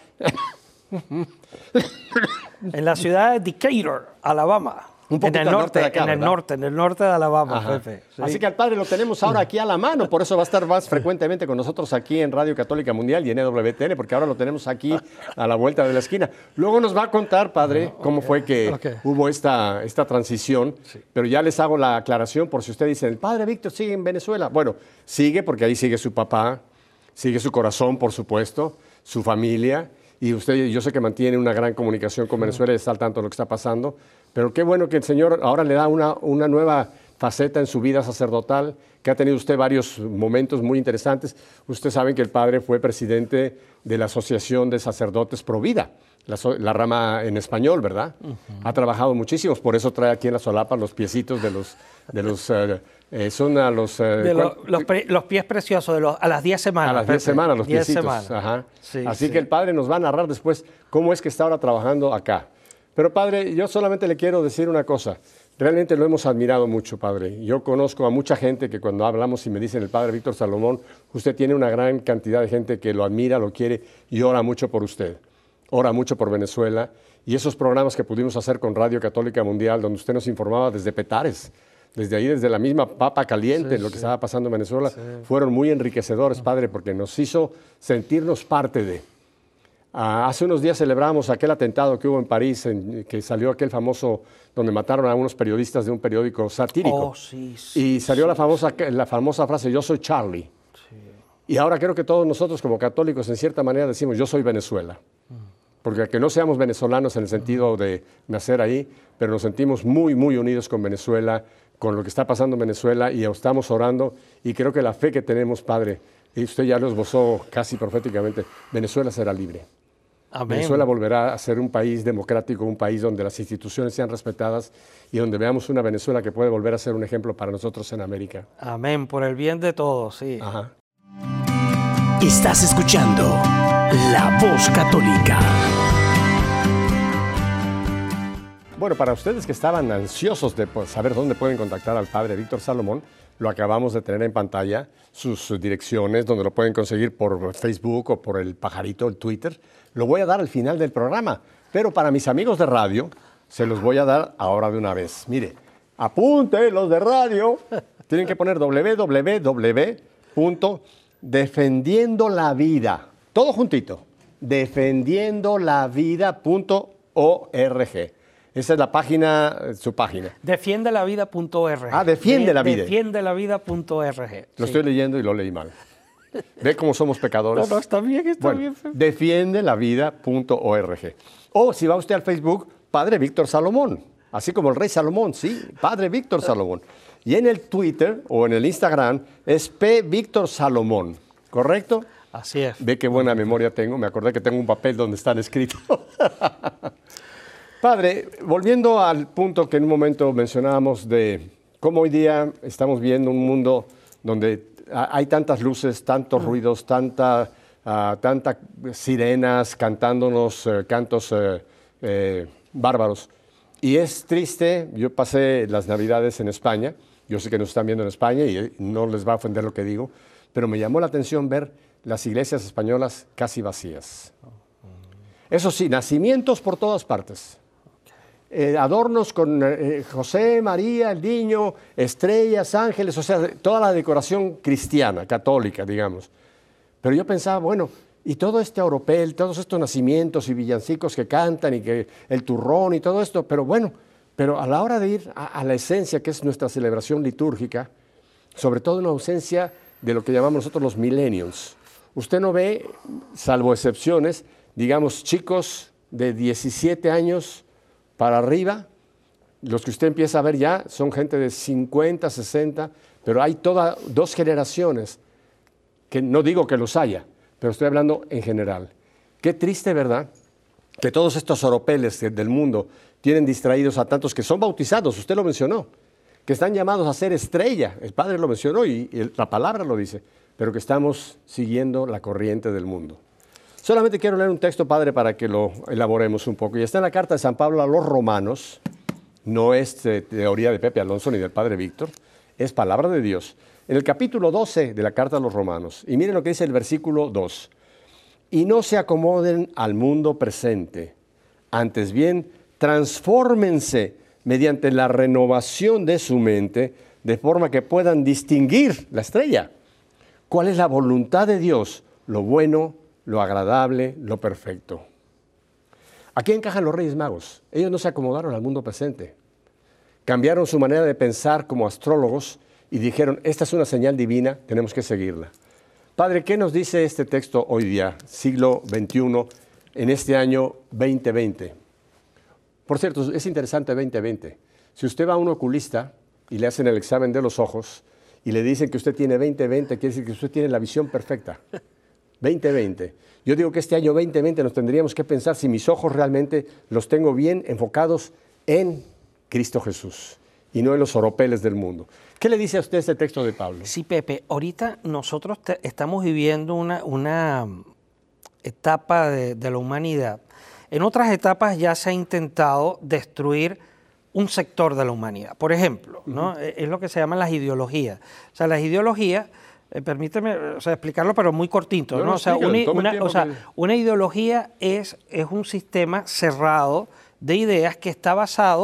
S4: en la ciudad de Decatur, Alabama.
S3: Un poquito
S4: en el norte,
S3: norte de acá,
S4: en el
S3: ¿verdad?
S4: norte, en el norte de Alabama, Pepe. Sí.
S3: Así que al padre lo tenemos ahora aquí a la mano, por eso va a estar más frecuentemente con nosotros aquí en Radio Católica Mundial y en E W T N, porque ahora lo tenemos aquí a la vuelta de la esquina. Luego nos va a contar, padre, okay. cómo fue que okay. hubo esta, esta transición, sí. pero ya les hago la aclaración por si usted dice, el padre Víctor sigue en Venezuela. Bueno, sigue porque ahí sigue su papá, sigue su corazón, por supuesto, su familia, y usted, yo sé que mantiene una gran comunicación con Venezuela y está al tanto de lo que está pasando, pero qué bueno que el Señor ahora le da una, una nueva faceta en su vida sacerdotal, que ha tenido usted varios momentos muy interesantes. Ustedes saben que el padre fue presidente de la Asociación de Sacerdotes Pro Vida, la, la rama en español, ¿verdad? Uh-huh. Ha trabajado muchísimos, por eso trae aquí en la solapa los piecitos de los... De los uh, eh, son a los... Uh,
S4: de lo, los, pre, los pies preciosos, de los, a las diez semanas.
S3: A las diez semanas, los
S4: diez
S3: piecitos.
S4: Semanas.
S3: Ajá.
S4: Sí,
S3: Así
S4: sí.
S3: que el padre nos va a narrar después cómo es que está ahora trabajando acá. Pero padre, yo solamente le quiero decir una cosa. Realmente lo hemos admirado mucho, padre. Yo conozco a mucha gente que cuando hablamos y me dicen el padre Víctor Salomón, usted tiene una gran cantidad de gente que lo admira, lo quiere y ora mucho por usted. Ora mucho por Venezuela. Y esos programas que pudimos hacer con Radio Católica Mundial, donde usted nos informaba desde Petare, desde ahí, desde la misma papa caliente,
S4: Sí,
S3: lo que
S4: sí.
S3: estaba pasando en Venezuela,
S4: Sí.
S3: fueron muy enriquecedores, Padre, porque nos hizo sentirnos parte de. Ah, hace unos días celebramos aquel atentado que hubo en París, en, que salió aquel famoso, donde mataron a unos periodistas de un periódico satírico.
S4: Oh, sí, sí,
S3: y salió
S4: sí,
S3: la, famosa, la famosa frase, yo soy Charlie. Y ahora creo que todos nosotros como católicos en cierta manera decimos, yo soy Venezuela. Porque aunque no seamos venezolanos en el sentido de nacer ahí, pero nos sentimos muy, muy unidos con Venezuela, con lo que está pasando en Venezuela, y estamos orando, y creo que la fe que tenemos, Padre, y usted ya lo esbozó casi proféticamente, Venezuela será libre.
S4: Amén.
S3: Venezuela volverá a ser un país democrático, un país donde las instituciones sean respetadas y donde veamos una Venezuela que puede volver a ser un ejemplo para nosotros en América.
S4: Amén, por el bien de todos, sí.
S3: Ajá.
S1: Estás escuchando La Voz Católica.
S3: Bueno, para ustedes que estaban ansiosos de pues, saber dónde pueden contactar al Padre Víctor Salomón, lo acabamos de tener en pantalla, sus direcciones, donde lo pueden conseguir por Facebook o por el pajarito, el Twitter. Lo voy a dar al final del programa, pero para mis amigos de radio, se los voy a dar ahora de una vez. Mire, apunte los de radio, tienen que poner doble u doble u doble u punto defendiendo la vida, todo juntito, defendiendo la vida punto org. Esa es la página, su página.
S4: defiende la vida punto org.
S3: Ah, Defiende la vida.
S4: defiende la vida punto org.
S3: Lo estoy leyendo y lo leí mal. ¿Ve cómo somos pecadores?
S4: No, no, está bien, está
S3: bueno,
S4: bien.
S3: defiende la vida punto org. O si va usted al Facebook, Padre Víctor Salomón, así como el rey Salomón, sí, Padre Víctor Salomón. Y en el Twitter o en el Instagram es P. Víctor Salomón, ¿correcto?
S4: Así es.
S3: Ve qué buena memoria tengo, me acordé que tengo un papel donde están escritos. Padre, volviendo al punto que en un momento mencionábamos de cómo hoy día estamos viendo un mundo donde hay tantas luces, tantos ruidos, tanta, uh, tantas sirenas cantándonos uh, cantos uh, eh, bárbaros. Y es triste, yo pasé las Navidades en España, yo sé que nos están viendo en España y no les va a ofender lo que digo, pero me llamó la atención ver las iglesias españolas casi vacías. Eso sí, nacimientos por todas partes. Eh, adornos con eh, José, María, el niño, estrellas, ángeles, o sea, toda la decoración cristiana, católica, digamos. Pero yo pensaba, bueno, y todo este oropel, todos estos nacimientos y villancicos que cantan y que el turrón y todo esto, pero bueno, pero a la hora de ir a, a la esencia que es nuestra celebración litúrgica, sobre todo una ausencia de lo que llamamos nosotros los millennials. Usted no ve, salvo excepciones, digamos, chicos de diecisiete años para arriba, los que usted empieza a ver ya son gente de cincuenta, sesenta, pero hay todas dos generaciones, que no digo que los haya, pero estoy hablando en general. Qué triste, ¿verdad?, que todos estos oropeles del mundo tienen distraídos a tantos que son bautizados, usted lo mencionó, que están llamados a ser estrella, el Padre lo mencionó y, y la palabra lo dice, pero que estamos siguiendo la corriente del mundo. Solamente quiero leer un texto, Padre, para que lo elaboremos un poco. Y está en la carta de San Pablo a los Romanos. No es eh, teoría de Pepe Alonso ni del Padre Víctor. Es palabra de Dios. En el capítulo doce de la carta a los Romanos. Y miren lo que dice el versículo dos. Y no se acomoden al mundo presente. Antes bien, transfórmense mediante la renovación de su mente, de forma que puedan distinguir la estrella. ¿Cuál es la voluntad de Dios? Lo bueno, lo agradable, lo perfecto. Aquí encajan los Reyes Magos. Ellos no se acomodaron al mundo presente. Cambiaron su manera de pensar como astrólogos y dijeron, esta es una señal divina, tenemos que seguirla. Padre, ¿qué nos dice este texto hoy día, siglo veintiuno, en este año veinte veinte? Por cierto, es interesante veinte veinte. Si usted va a un oculista y le hacen el examen de los ojos y le dicen que usted tiene veinte veinte, quiere decir que usted tiene la visión perfecta. veinte veinte. Yo digo que este año veinte veinte nos tendríamos que pensar si mis ojos realmente los tengo bien enfocados en Cristo Jesús y no en los oropeles del mundo. ¿Qué le dice a usted este texto de Pablo?
S4: Sí, Pepe, ahorita nosotros te, estamos viviendo una, una etapa de, de la humanidad. En otras etapas ya se ha intentado destruir un sector de la humanidad. Por ejemplo, ¿no? Uh-huh. Es lo que se llaman las ideologías. O sea, las ideologías, eh, permíteme o sea, explicarlo, pero muy cortito, ¿no?
S3: No, no,
S4: o, sea, una, una, o sea,
S3: que...
S4: una ideología es, es un sistema cerrado de ideas que está basado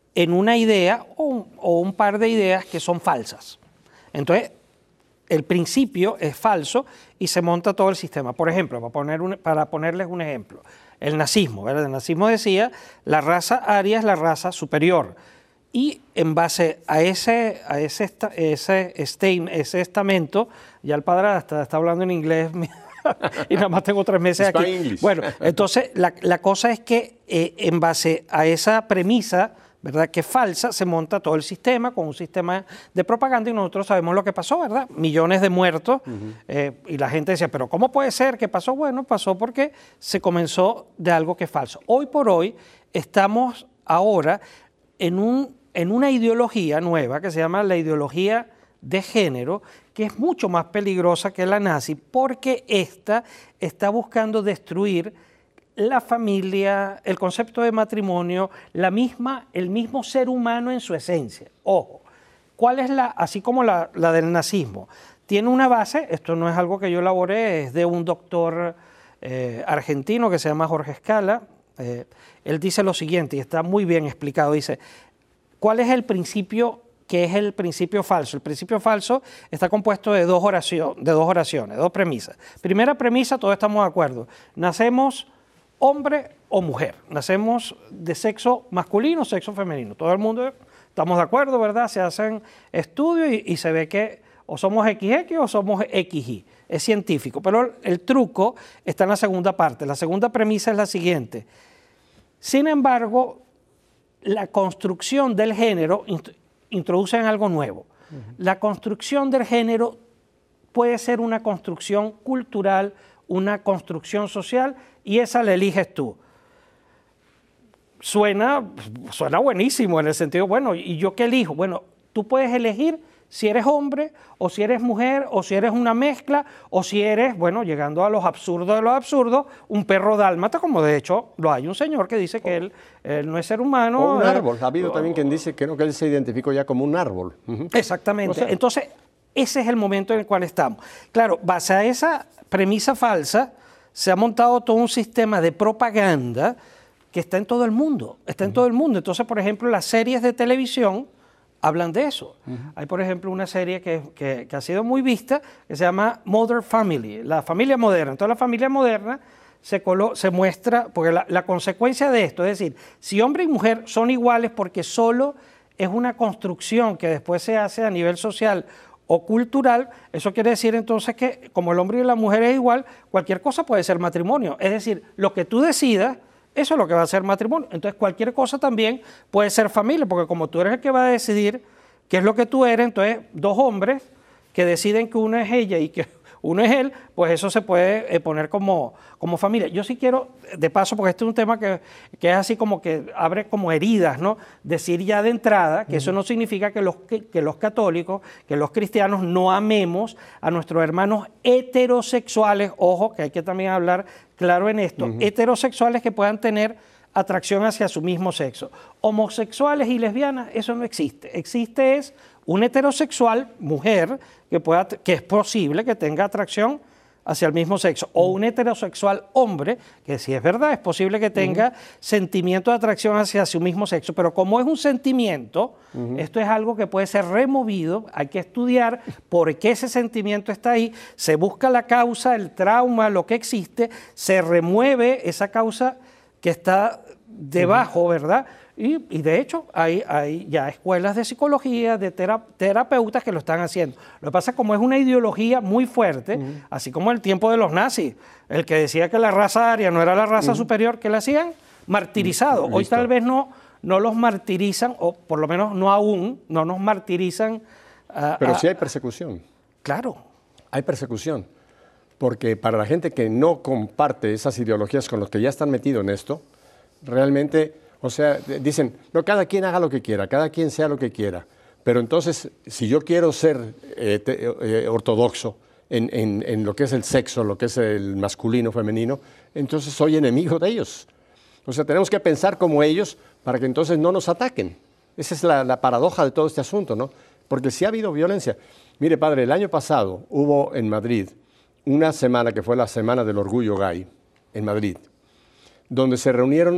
S4: en una idea o un, o un par de ideas que son falsas. Entonces, el principio es falso y se monta todo el sistema. Por ejemplo, para, poner un, para ponerles un ejemplo, el nazismo, ¿verdad? El nazismo decía, la raza aria es la raza superior. Y en base a ese, a ese, esta, ese, este, ese estamento, ya el padre está, está hablando en inglés y nada más tengo tres meses aquí.
S3: English.
S4: Bueno, entonces la, la cosa es que eh, en base a esa premisa, ¿verdad?, que es falsa, se monta todo el sistema con un sistema de propaganda y nosotros sabemos lo que pasó, ¿verdad? Millones de muertos. Uh-huh. eh, y la gente decía, pero ¿cómo puede ser que pasó? Bueno, pasó porque se comenzó de algo que es falso. Hoy por hoy estamos ahora en, un, en una ideología nueva que se llama la ideología de género, que es mucho más peligrosa que la nazi porque esta está buscando destruir la familia, el concepto de matrimonio, la misma, el mismo ser humano en su esencia. Ojo, ¿cuál es la, así como la, la del nazismo? Tiene una base, esto no es algo que yo elaboré, es de un doctor eh, argentino que se llama Jorge Scala. Eh, él dice lo siguiente, y está muy bien explicado, dice, ¿cuál es el principio que es el principio falso? El principio falso está compuesto de dos, oración, de dos oraciones, de dos premisas. Primera premisa, todos estamos de acuerdo, nacemos hombre o mujer, nacemos de sexo masculino o sexo femenino. Todo el mundo estamos de acuerdo, ¿verdad? Se hacen estudios y, y se ve que o somos equis equis o somos equis y. Es científico, pero el, el truco está en la segunda parte. La segunda premisa es la siguiente. Sin embargo, la construcción del género int introduce en algo nuevo. Uh-huh. La construcción del género puede ser una construcción cultural, una construcción social, y esa la eliges tú. Suena, suena buenísimo en el sentido, bueno, ¿y yo qué elijo? Bueno, tú puedes elegir si eres hombre, o si eres mujer, o si eres una mezcla, o si eres, bueno, llegando a los absurdos de los absurdos, un perro dálmata, como de hecho lo hay un señor que dice que él, él no es ser humano.
S3: O un
S4: él,
S3: árbol. Ha habido o, también quien dice que no, que él se identificó ya como un árbol. Uh-huh.
S4: Exactamente.
S3: O sea,
S4: entonces, ese es el momento en el cual estamos. Claro, base a esa premisa falsa, se ha montado todo un sistema de propaganda que está en todo el mundo, está en uh-huh. todo el mundo. Entonces, por ejemplo, las series de televisión hablan de eso. Uh-huh. Hay, por ejemplo, una serie que, que, que ha sido muy vista, que se llama Modern Family, la familia moderna. Entonces, la familia moderna se, colo se muestra, porque la, la consecuencia de esto, es decir, si hombre y mujer son iguales porque solo es una construcción que después se hace a nivel social o cultural, eso quiere decir entonces que como el hombre y la mujer es igual, cualquier cosa puede ser matrimonio. Es decir, lo que tú decidas, eso es lo que va a ser matrimonio. Entonces cualquier cosa también puede ser familia, porque como tú eres el que va a decidir qué es lo que tú eres, entonces dos hombres que deciden que uno es ella y que uno es él, pues eso se puede eh, poner como, como familia. Yo sí quiero, de paso, porque este es un tema que, que es así como que abre como heridas, ¿no? Decir ya de entrada que uh-huh. eso no significa que los, que, que los católicos, que los cristianos no amemos a nuestros hermanos heterosexuales, ojo, que hay que también hablar claro en esto, uh-huh. heterosexuales que puedan tener atracción hacia su mismo sexo. Homosexuales y lesbianas, eso no existe. Existe es un heterosexual, mujer, que, pueda, que es posible que tenga atracción hacia el mismo sexo, o un heterosexual hombre, que si es verdad, es posible que tenga uh-huh. sentimiento de atracción hacia su mismo sexo, pero como es un sentimiento, uh-huh. esto es algo que puede ser removido, hay que estudiar por qué ese sentimiento está ahí, se busca la causa, el trauma, lo que existe, se remueve esa causa que está debajo, uh-huh. ¿verdad? Y, y de hecho hay, hay ya escuelas de psicología, de tera, terapeutas que lo están haciendo. Lo que pasa es que como es una ideología muy fuerte, uh-huh. así como el tiempo de los nazis, el que decía que la raza aria no era la raza uh-huh. superior, que la hacían martirizado. Uh-huh. Hoy tal vez no, no los martirizan, o por lo menos no aún, no nos martirizan. Uh,
S3: Pero
S4: a,
S3: sí hay persecución.
S4: Claro.
S3: Hay persecución. Porque para la gente que no comparte esas ideologías con los que ya están metidos en esto, realmente... O sea, dicen, no, cada quien haga lo que quiera, cada quien sea lo que quiera. Pero entonces, si yo quiero ser eh, te, eh, ortodoxo en, en, en lo que es el sexo, lo que es el masculino, femenino, entonces soy enemigo de ellos. O sea, tenemos que pensar como ellos para que entonces no nos ataquen. Esa es la, la paradoja de todo este asunto, ¿no? Porque sí ha habido violencia. Mire, padre, el año pasado hubo en Madrid una semana que fue la Semana del Orgullo Gay, en Madrid, donde se reunieron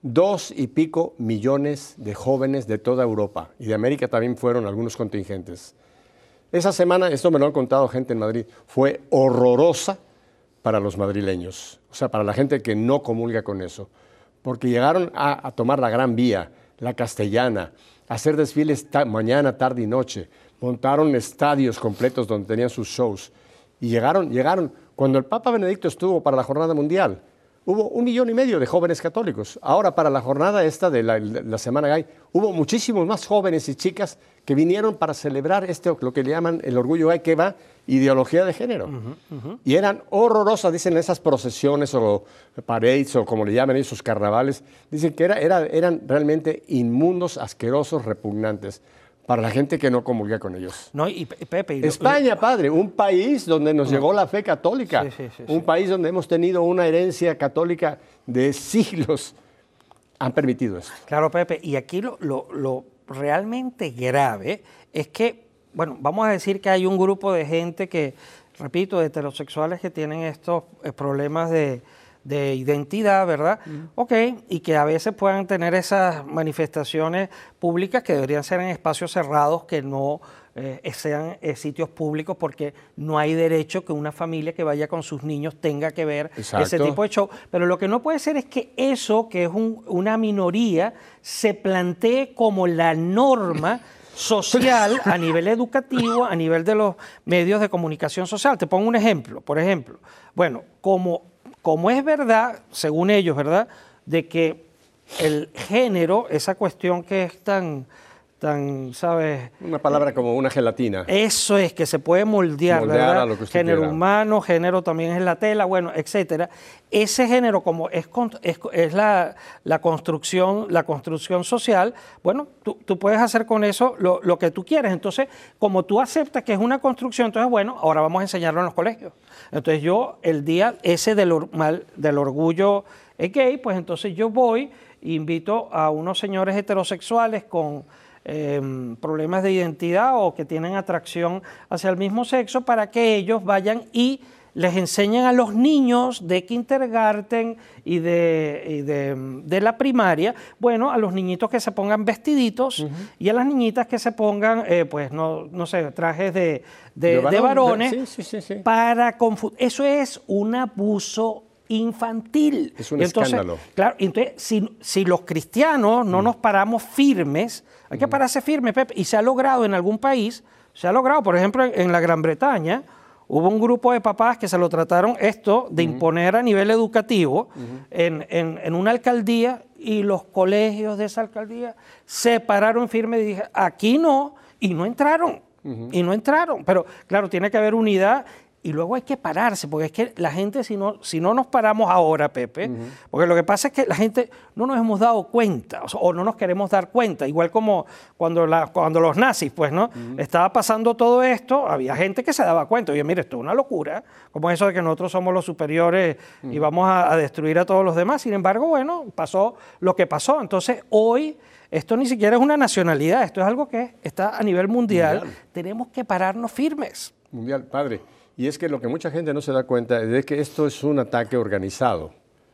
S3: Dos y pico millones de jóvenes de toda Europa y de América también fueron algunos contingentes. Esa semana, esto me lo han contado gente en Madrid, fue horrorosa para los madrileños, o sea, para la gente que no comulga con eso, porque llegaron a, a tomar la Gran Vía, la Castellana, a hacer desfiles ta mañana, tarde y noche, montaron estadios completos donde tenían sus shows y llegaron, llegaron, cuando el Papa Benedicto estuvo para la Jornada Mundial, hubo un millón y medio de jóvenes católicos. Ahora, para la jornada esta de la, la Semana Gay, hubo muchísimos más jóvenes y chicas que vinieron para celebrar este, lo que le llaman el orgullo gay, que va ideología de género. Uh-huh, uh-huh. Y eran horrorosas, dicen, esas procesiones o parades o como le llaman esos carnavales. Dicen que era, era, eran realmente inmundos, asquerosos, repugnantes para la gente que no comulga con ellos.
S4: No, y Pepe, y
S3: España,
S4: lo,
S3: padre, un país donde nos no. llegó la fe católica,
S4: sí, sí, sí,
S3: un
S4: sí.
S3: país donde hemos tenido una herencia católica de siglos, han permitido esto.
S4: Claro, Pepe, y aquí lo, lo, lo realmente grave es que, bueno, vamos a decir que hay un grupo de gente que, repito, de heterosexuales que tienen estos problemas de... de identidad, ¿verdad? Uh-huh. Ok, y que a veces puedan tener esas manifestaciones públicas que deberían ser en espacios cerrados, que no eh, sean eh, sitios públicos, porque no hay derecho que una familia que vaya con sus niños tenga que ver Exacto. ese tipo de show. Pero lo que no puede ser es que eso, que es un, una minoría, se plantee como la norma social a nivel educativo, a nivel de los medios de comunicación social. Te pongo un ejemplo, por ejemplo. Bueno, como... Como es verdad, según ellos, ¿verdad?, de que el género, esa cuestión que es tan, tan, ¿sabes?
S3: Una palabra como una gelatina.
S4: Eso es, que se puede moldear,
S3: moldear
S4: ¿verdad?
S3: A lo que usted
S4: género
S3: quiera.
S4: humano, género también es la tela, bueno, etcétera. Ese género, como es, es, es la, la, construcción, la construcción social, bueno, tú, tú puedes hacer con eso lo, lo que tú quieres. Entonces, como tú aceptas que es una construcción, entonces, bueno, ahora vamos a enseñarlo en los colegios. Entonces yo, el día ese del, del orgullo gay, pues entonces yo voy e invito a unos señores heterosexuales con eh, problemas de identidad o que tienen atracción hacia el mismo sexo para que ellos vayan y les enseñen a los niños de kindergarten y de, y de, de la primaria, bueno, a los niñitos que se pongan vestiditos uh-huh. y a las niñitas que se pongan, eh, pues, no, no sé, trajes de, de, de, varón, de varones,
S3: sí, sí, sí, sí.
S4: para confundir. Eso es un abuso infantil.
S3: Es un
S4: entonces,
S3: escándalo.
S4: Claro, entonces, si, si los cristianos no uh-huh. nos paramos firmes, hay que pararse firmes, Pepe, y se ha logrado en algún país, se ha logrado, por ejemplo, en, en la Gran Bretaña, hubo un grupo de papás que se lo trataron esto de uh-huh. imponer a nivel educativo uh-huh. en, en, en una alcaldía, y los colegios de esa alcaldía se pararon firmes y dije, aquí no, y no entraron, uh-huh. y no entraron. Pero claro, tiene que haber unidad. Y luego hay que pararse, porque es que la gente, si no, si no nos paramos ahora, Pepe, uh-huh. porque lo que pasa es que la gente no nos hemos dado cuenta, o, sea, o no nos queremos dar cuenta, igual como cuando, la, cuando los nazis, pues, ¿no? Uh-huh. Estaba pasando todo esto, había gente que se daba cuenta, oye, mire, esto es una locura, como eso de que nosotros somos los superiores uh-huh. y vamos a, a destruir a todos los demás. Sin embargo, bueno, pasó lo que pasó. Entonces, hoy... Esto ni siquiera es una nacionalidad, esto es algo que está a nivel mundial. mundial. Tenemos que pararnos firmes.
S3: Mundial, padre. Y es que lo que mucha gente no se da cuenta es que esto es un ataque organizado.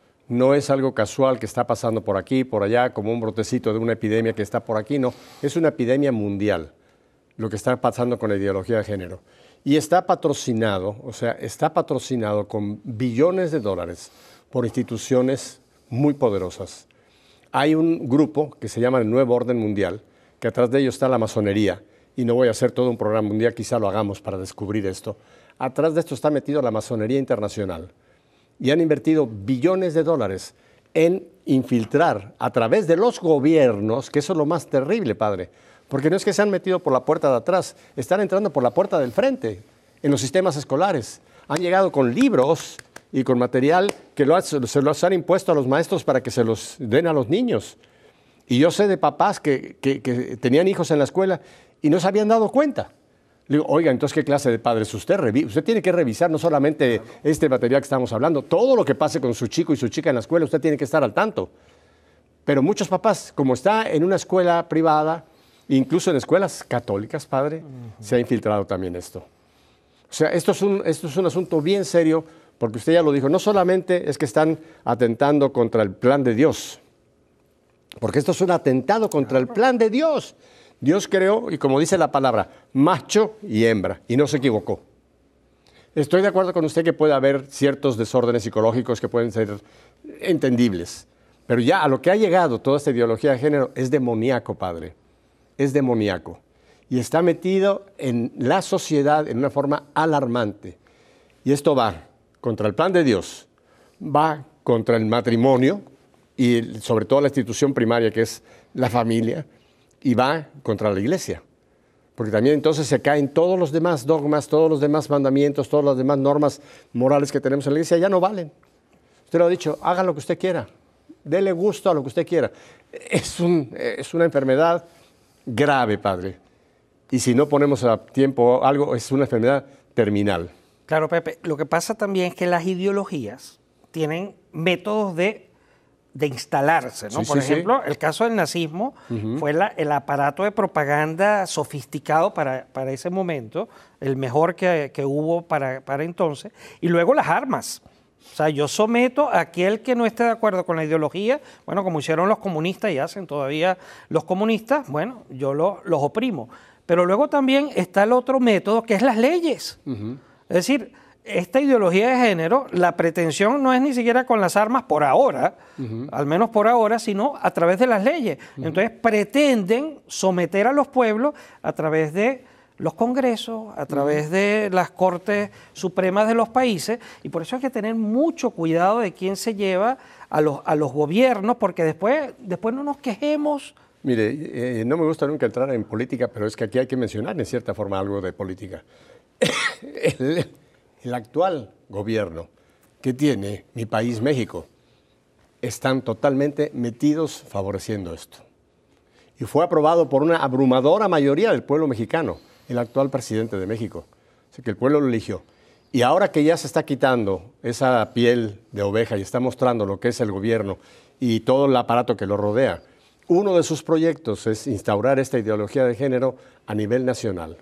S3: No es algo casual que está pasando por aquí, por allá, como un brotecito de una epidemia que está por aquí. No, es una epidemia mundial, lo que está pasando con la ideología de género. Y está patrocinado, o sea, está patrocinado con billones de dólares por instituciones muy poderosas. Hay un grupo que se llama el Nuevo Orden Mundial, que atrás de ello está la masonería, y no voy a hacer todo un programa mundial, quizá lo hagamos para descubrir esto. Atrás de esto está metido la masonería internacional, y han invertido billones de dólares en infiltrar a través de los gobiernos, que eso es lo más terrible, padre, porque no es que se han metido por la puerta de atrás, están entrando por la puerta del frente, en los sistemas escolares. Han llegado con libros y con material que lo, se los han impuesto a los maestros para que se los den a los niños. Y yo sé de papás que, que, que tenían hijos en la escuela y no se habían dado cuenta. Le digo, oiga, entonces, ¿qué clase de padre es usted? Revi usted tiene que revisar no solamente claro. este material que estamos hablando, todo lo que pase con su chico y su chica en la escuela, usted tiene que estar al tanto. Pero muchos papás, como está en una escuela privada, incluso en escuelas católicas, padre, uh-huh. se ha infiltrado también esto. O sea, esto es, un, esto es un asunto bien serio, porque usted ya lo dijo, no solamente es que están atentando contra el plan de Dios, Porque esto es un atentado contra el plan de Dios. Dios creó, y como dice la palabra, macho y hembra, y no se equivocó. Estoy de acuerdo con usted que puede haber ciertos desórdenes psicológicos que pueden ser entendibles, pero ya a lo que ha llegado toda esta ideología de género es demoníaco, padre, es demoníaco. Y está metido en la sociedad en una forma alarmante. Y esto va contra el plan de Dios, va contra el matrimonio y sobre todo la institución primaria que es la familia, y va contra la iglesia. Porque también entonces se caen todos los demás dogmas, todos los demás mandamientos, todas las demás normas morales que tenemos en la iglesia, ya no valen. Usted lo ha dicho, haga lo que usted quiera, dele gusto a lo que usted quiera. Es, un, es una enfermedad grave, padre. Y si no ponemos a tiempo algo, es una enfermedad terminal.
S4: Claro, Pepe, lo que pasa también es que las ideologías tienen métodos de, de instalarse, ¿no?
S3: Sí,
S4: Por
S3: sí,
S4: ejemplo,
S3: sí.
S4: el caso del nazismo
S3: Uh-huh.
S4: fue la, el aparato de propaganda sofisticado para, para ese momento, el mejor que, que hubo para, para entonces, y luego las armas. O sea, yo someto a aquel que no esté de acuerdo con la ideología, bueno, como hicieron los comunistas y hacen todavía los comunistas, bueno, yo lo, los oprimo. Pero luego también está el otro método, que es las leyes. Uh-huh. Es decir, esta ideología de género, la pretensión no es ni siquiera con las armas por ahora, uh-huh. al menos por ahora, sino a través de las leyes. Uh-huh. Entonces pretenden someter a los pueblos a través de los congresos, a través de las cortes supremas de los países, y por eso hay que tener mucho cuidado de quién se lleva a los, a los gobiernos, porque después, después no nos quejemos.
S3: Mire, eh, no me gusta nunca entrar en política, pero es que aquí hay que mencionar en cierta forma algo de política. el, el actual gobierno que tiene mi país, México, están totalmente metidos favoreciendo esto. Y fue aprobado por una abrumadora mayoría del pueblo mexicano, el actual presidente de México. Así que el pueblo lo eligió. Y ahora que ya se está quitando esa piel de oveja y está mostrando lo que es el gobierno y todo el aparato que lo rodea, uno de sus proyectos es instaurar esta ideología de género a nivel nacional.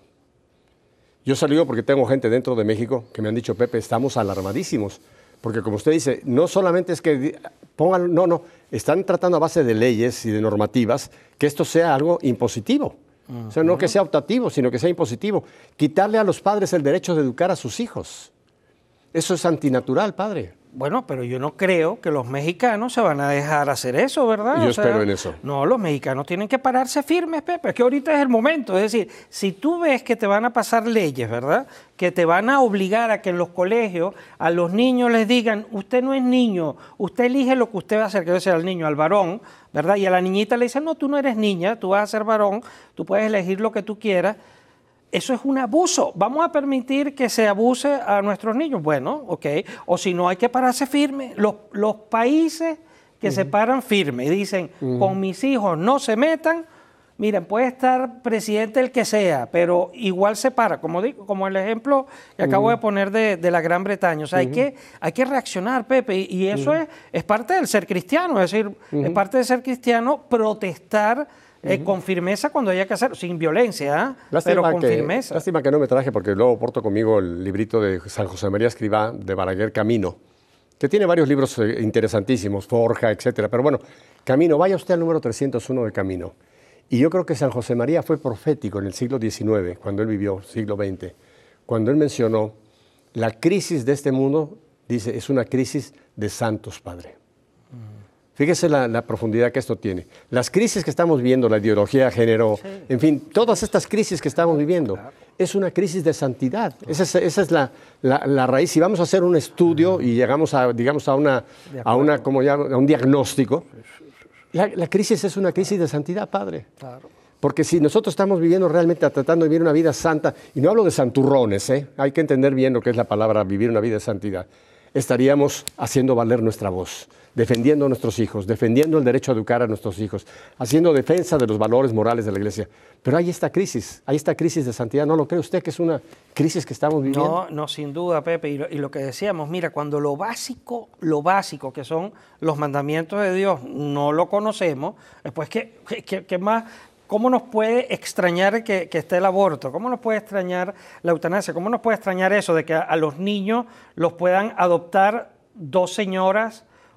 S3: Yo salgo porque tengo gente dentro de México que me han dicho, Pepe, estamos alarmadísimos, porque como usted dice, no solamente es que pongan, no, no, están tratando a base de leyes y de normativas que esto sea algo impositivo. Uh-huh. O sea, no que sea optativo, sino que sea impositivo. Quitarle a los padres el derecho de educar a sus hijos. Eso es antinatural, padre.
S4: Bueno, pero yo no creo que los mexicanos se van a dejar hacer eso, ¿verdad?
S3: Yo
S4: o sea,
S3: espero en eso.
S4: No, los mexicanos tienen que pararse firmes, Pepe, es que ahorita es el momento. Es decir, si tú ves que te van a pasar leyes, ¿verdad?, que te van a obligar a que en los colegios a los niños les digan, usted no es niño, usted elige lo que usted va a hacer, que debe ser al niño, al varón, ¿verdad? Y a la niñita le dicen, no, tú no eres niña, tú vas a ser varón, tú puedes elegir lo que tú quieras. Eso es un abuso. ¿Vamos a permitir que se abuse a nuestros niños? Bueno, ok. O si no, hay que pararse firme. Los, los países que uh-huh. se paran firme y dicen, uh-huh. con mis hijos no se metan, miren, puede estar presidente el que sea, pero igual se para, como digo, como el ejemplo que acabo uh-huh. de poner de, de la Gran Bretaña. O sea, uh-huh. hay, que, hay que reaccionar, Pepe, y, y eso uh-huh. es, es parte del ser cristiano, es decir, uh-huh. es parte del ser cristiano protestar Eh, uh-huh. con firmeza cuando haya que hacer, sin violencia, ¿eh? pero con
S3: que,
S4: firmeza.
S3: Lástima que no me traje, porque luego porto conmigo el librito de San José María Escrivá de Balaguer, Camino, que tiene varios libros interesantísimos, Forja, etcétera. Pero bueno, Camino, vaya usted al número trescientos uno de Camino. Y yo creo que San José María fue profético en el siglo diecinueve, cuando él vivió, siglo veinte, cuando él mencionó la crisis de este mundo, dice, es una crisis de santos, Padre. Fíjese la, la profundidad que esto tiene. Las crisis que estamos viviendo, la ideología de género, sí. en fin, todas estas crisis que estamos viviendo, claro. es una crisis de santidad. Esa es, esa es la, la, la raíz. Si vamos a hacer un estudio uh-huh. y llegamos a, digamos, a, una, a, una, como ya, a un diagnóstico, la, la crisis es una crisis de santidad, Padre. Claro. Porque si nosotros estamos viviendo realmente, tratando de vivir una vida santa, y no hablo de santurrones, ¿eh? hay que entender bien lo que es la palabra vivir una vida de santidad, estaríamos haciendo valer nuestra voz, defendiendo a nuestros hijos, defendiendo el derecho a educar a nuestros hijos, haciendo defensa de los valores morales de la iglesia. Pero hay esta crisis, hay esta crisis de santidad. ¿No lo cree usted que es una crisis que estamos viviendo?
S4: No, no, sin duda, Pepe. Y lo, y lo que decíamos, mira, cuando lo básico, lo básico que son los mandamientos de Dios, no lo conocemos, pues ¿qué, qué, qué más? ¿Cómo nos puede extrañar que, que esté el aborto? ¿Cómo nos puede extrañar la eutanasia? ¿Cómo nos puede extrañar eso de que a, a los niños los puedan adoptar dos señoras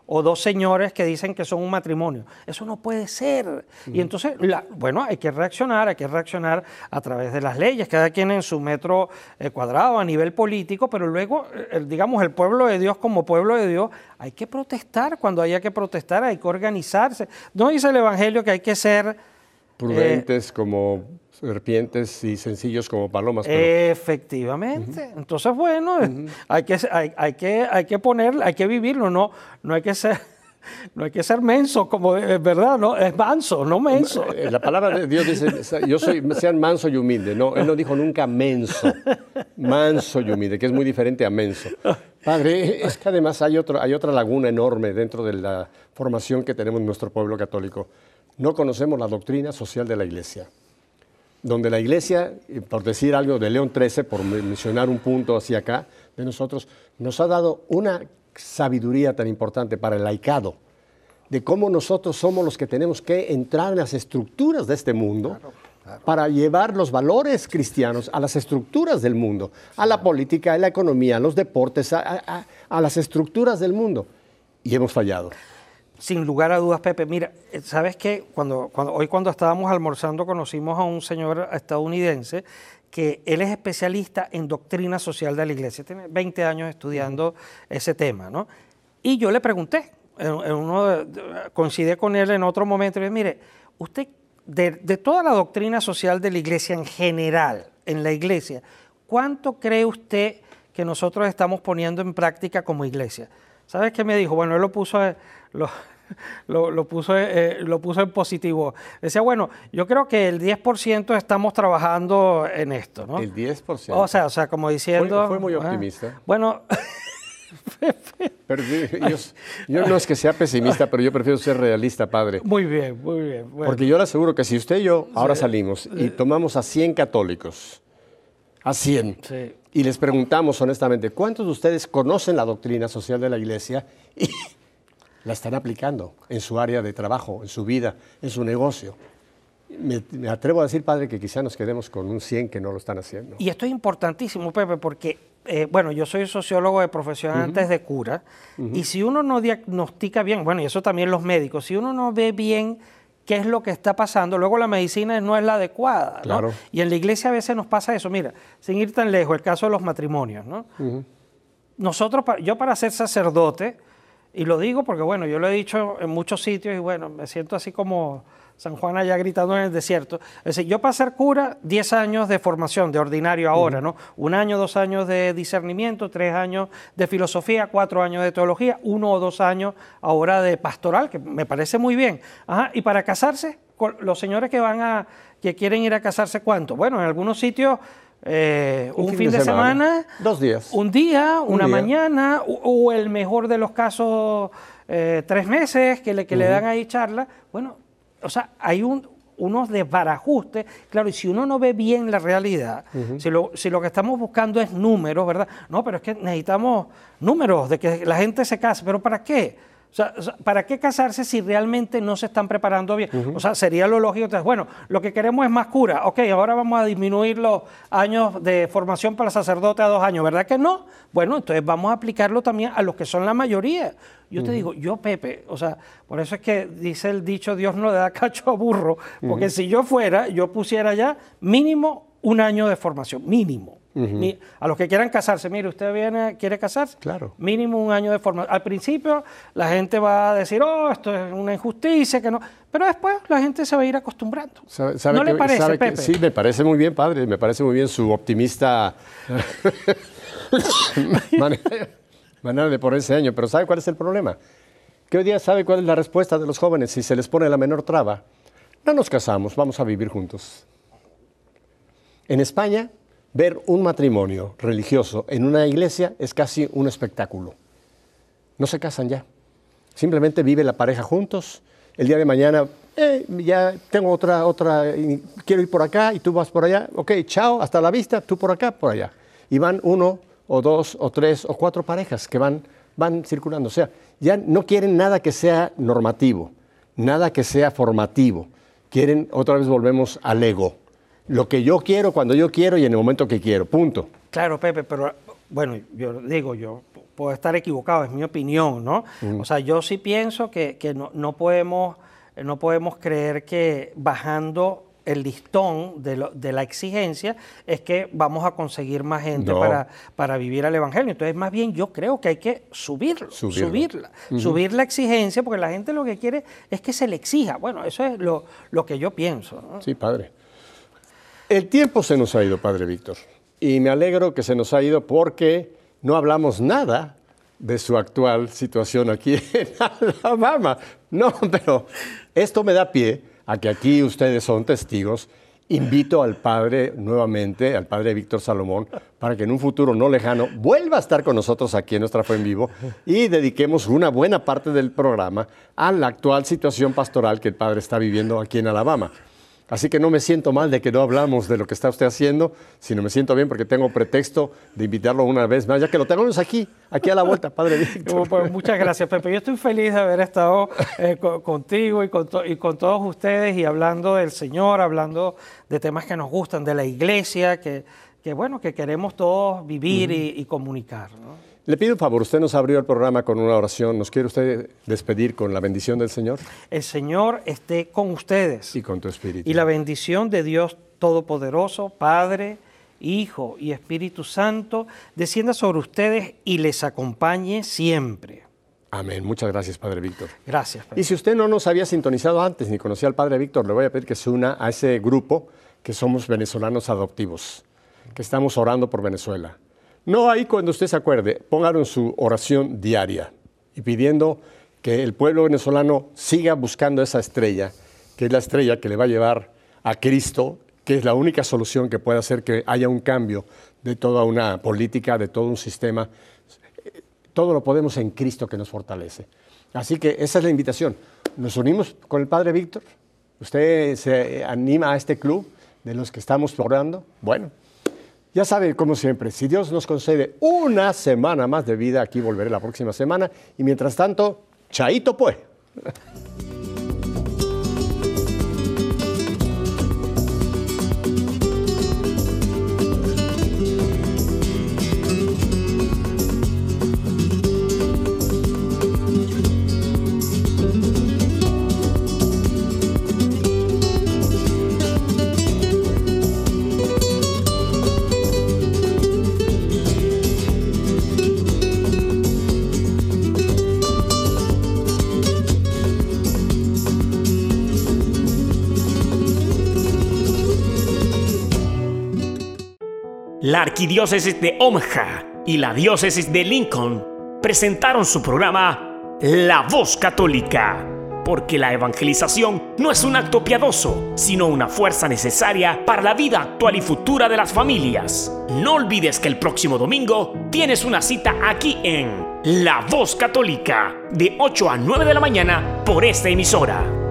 S4: o dos señores que dicen que son un matrimonio. Eso no puede ser. Y entonces, la, bueno, hay que reaccionar, hay que reaccionar a través de las leyes, cada quien en su metro eh, cuadrado a nivel político, pero luego, eh, digamos, el pueblo de Dios como pueblo de Dios, hay que protestar cuando haya que protestar, hay que organizarse. No dice el Evangelio que hay que ser...
S3: Prudentes eh, como serpientes y sencillos como palomas. Pero...
S4: Efectivamente. Uh-huh. Entonces, bueno, uh-huh. hay, que, hay, hay, que, hay que poner, hay que vivirlo, no, no hay que ser... No hay que ser menso, como es verdad, no, es manso, no menso.
S3: La palabra de Dios dice, yo soy, sean manso y humilde. No, él no dijo nunca menso, manso y humilde, que es muy diferente a menso. Padre, es que además hay, otro, hay otra laguna enorme dentro de la formación que tenemos en nuestro pueblo católico. No conocemos la doctrina social de la Iglesia. Donde la Iglesia, por decir algo de León trece, por mencionar un punto hacia acá de nosotros, nos ha dado una sabiduría tan importante para el laicado, de cómo nosotros somos los que tenemos que entrar en las estructuras de este mundo, claro, claro, para llevar los valores cristianos a las estructuras del mundo, a la política, a la economía, a los deportes, a, a, a las estructuras del mundo. Y hemos fallado.
S4: Sin lugar a dudas, Pepe. Mira, ¿sabes qué? Cuando, cuando, hoy cuando estábamos almorzando conocimos a un señor estadounidense que él es especialista en doctrina social de la Iglesia, tiene veinte años estudiando uh-huh. ese tema, ¿no? Y yo le pregunté, en, en uno de, de, coincidí con él en otro momento, y le dije, mire, usted, de, de toda la doctrina social de la Iglesia en general, en la Iglesia, ¿cuánto cree usted que nosotros estamos poniendo en práctica como Iglesia? ¿Sabes qué me dijo? Bueno, él lo puso... Lo, Lo, lo, puso, eh, lo puso en positivo. Decía, bueno, yo creo que el diez por ciento estamos trabajando en esto, ¿no?
S3: El diez por ciento.
S4: O sea, o sea como diciendo...
S3: Fue, fue muy optimista.
S4: ¿eh? Bueno...
S3: pero yo, yo no es que sea pesimista, pero yo prefiero ser realista, padre.
S4: Muy bien, muy bien. Bueno.
S3: Porque yo le aseguro que si usted y yo ahora sí. salimos y tomamos a cien católicos, a cien, sí. y les preguntamos honestamente, ¿cuántos de ustedes conocen la doctrina social de la Iglesia? Y la están aplicando en su área de trabajo, en su vida, en su negocio. Me, me atrevo a decir, padre, que quizá nos quedemos con un cien que no lo están haciendo.
S4: Y esto es importantísimo, Pepe, porque, eh, bueno, yo soy sociólogo de profesión uh-huh. antes de cura, uh-huh. y si uno no diagnostica bien, bueno, y eso también los médicos, si uno no ve bien qué es lo que está pasando, luego la medicina no es la adecuada, ¿no?
S3: Claro.
S4: Y en la iglesia a veces nos pasa eso. Mira, sin ir tan lejos, el caso de los matrimonios, ¿no? Uh-huh. Nosotros, yo para ser sacerdote, y lo digo porque, bueno, yo lo he dicho en muchos sitios y, bueno, me siento así como San Juan allá gritando en el desierto. Es decir, yo para ser cura, diez años de formación, de ordinario ahora, uh-huh. ¿no? Un año, dos años de discernimiento, tres años de filosofía, cuatro años de teología, uno o dos años ahora de pastoral, que me parece muy bien. Ajá. Y para casarse, los señores que van a, que quieren ir a casarse, ¿cuánto? Bueno, en algunos sitios... Eh, un, un fin, fin de, de semana, semana,
S3: dos días,
S4: un día,
S3: un
S4: una
S3: día.
S4: mañana, o, o el mejor de los casos, eh, tres meses que, le, que uh-huh. le dan ahí charla. Bueno, o sea, hay un, unos desbarajustes. Claro, y si uno no ve bien la realidad, uh-huh. si, lo, si lo que estamos buscando es números, ¿verdad? No, pero es que necesitamos números de que la gente se case. ¿Pero para qué? O sea, ¿para qué casarse si realmente no se están preparando bien? Uh-huh. O sea, sería lo lógico. Entonces, bueno, lo que queremos es más cura. Ok, ahora vamos a disminuir los años de formación para sacerdote a dos años. ¿Verdad que no? Bueno, entonces vamos a aplicarlo también a los que son la mayoría. Yo uh-huh. te digo, yo, Pepe, o sea, por eso es que dice el dicho, Dios no le da cacho a burro. Porque uh-huh. si yo fuera, yo pusiera ya mínimo un año de formación, mínimo. Uh-huh. A los que quieran casarse, mire, usted viene, quiere casarse,
S3: claro.
S4: mínimo un año de formación. Al principio la gente va a decir, oh, esto es una injusticia, que no, pero después la gente se va a ir acostumbrando.
S3: ¿Sabe, sabe
S4: ¿No
S3: que,
S4: le parece,
S3: sabe
S4: Pepe?
S3: Que, sí, me parece muy bien, padre, me parece muy bien su optimista manera, manera de poner ese año, pero ¿sabe cuál es el problema? Que hoy día sabe cuál es la respuesta de los jóvenes si se les pone la menor traba. No nos casamos, vamos a vivir juntos. En España, ver un matrimonio religioso en una iglesia es casi un espectáculo. No se casan ya. Simplemente vive la pareja juntos. El día de mañana, eh, ya tengo otra, otra, quiero ir por acá y tú vas por allá. Ok, chao, hasta la vista, tú por acá, por allá. Y van uno o dos o tres o cuatro parejas que van, van circulando. O sea, ya no quieren nada que sea normativo, nada que sea formativo. Quieren, otra vez volvemos al ego. Lo que yo quiero, cuando yo quiero y en el momento que quiero, punto.
S4: Claro, Pepe, pero bueno, yo digo, yo puedo estar equivocado, es mi opinión, ¿no? Mm. O sea, yo sí pienso que, que no, no, podemos, no podemos creer que bajando el listón de, lo, de la exigencia es que vamos a conseguir más gente no. para, para vivir el Evangelio. Entonces, más bien yo creo que hay que subirlo, subirlo. subirla, uh-huh. subir la exigencia, porque la gente lo que quiere es que se le exija. Bueno, eso es lo, lo que yo pienso, ¿no?
S3: Sí, padre. El tiempo se nos ha ido, padre Víctor, y me alegro que se nos ha ido porque no hablamos nada de su actual situación aquí en Alabama. No, pero esto me da pie a que aquí ustedes son testigos. Invito al padre nuevamente, al padre Víctor Salomón, para que en un futuro no lejano vuelva a estar con nosotros aquí en Nuestra Fe en Vivo y dediquemos una buena parte del programa a la actual situación pastoral que el padre está viviendo aquí en Alabama. Así que no me siento mal de que no hablamos de lo que está usted haciendo, sino me siento bien porque tengo pretexto de invitarlo una vez más, ya que lo tenemos aquí, aquí a la vuelta, padre Víctor.
S4: Pues muchas gracias, Pepe. Yo estoy feliz de haber estado eh, co- contigo y con, to- y con todos ustedes y hablando del Señor, hablando de temas que nos gustan, de la iglesia, que, que bueno, que queremos todos vivir uh-huh. y, y comunicar, ¿no?
S3: Le pido un favor, usted nos abrió el programa con una oración. ¿Nos quiere usted despedir con la bendición del Señor?
S4: El Señor esté con ustedes.
S3: Y con tu espíritu.
S4: Y la bendición de Dios Todopoderoso, Padre, Hijo y Espíritu Santo, descienda sobre ustedes y les acompañe siempre.
S3: Amén. Muchas gracias, padre Víctor.
S4: Gracias, Pedro.
S3: Y si usted no nos había sintonizado antes ni conocía al padre Víctor, le voy a pedir que se una a ese grupo que somos venezolanos adoptivos, que estamos orando por Venezuela. No ahí cuando usted se acuerde, póngalo su oración diaria y pidiendo que el pueblo venezolano siga buscando esa estrella, que es la estrella que le va a llevar a Cristo, que es la única solución que puede hacer que haya un cambio de toda una política, de todo un sistema. Todo lo podemos en Cristo que nos fortalece. Así que esa es la invitación. Nos unimos con el padre Víctor. Usted se anima a este club de los que estamos orando. Bueno, ya sabe, como siempre, si Dios nos concede una semana más de vida, aquí volveré la próxima semana. Y mientras tanto, chaito pues.
S1: La Arquidiócesis de Omaha y la Diócesis de Lincoln presentaron su programa La Voz Católica, porque la evangelización no es un acto piadoso, sino una fuerza necesaria para la vida actual y futura de las familias. No olvides que el próximo domingo tienes una cita aquí en La Voz Católica, de ocho a nueve de la mañana por esta emisora.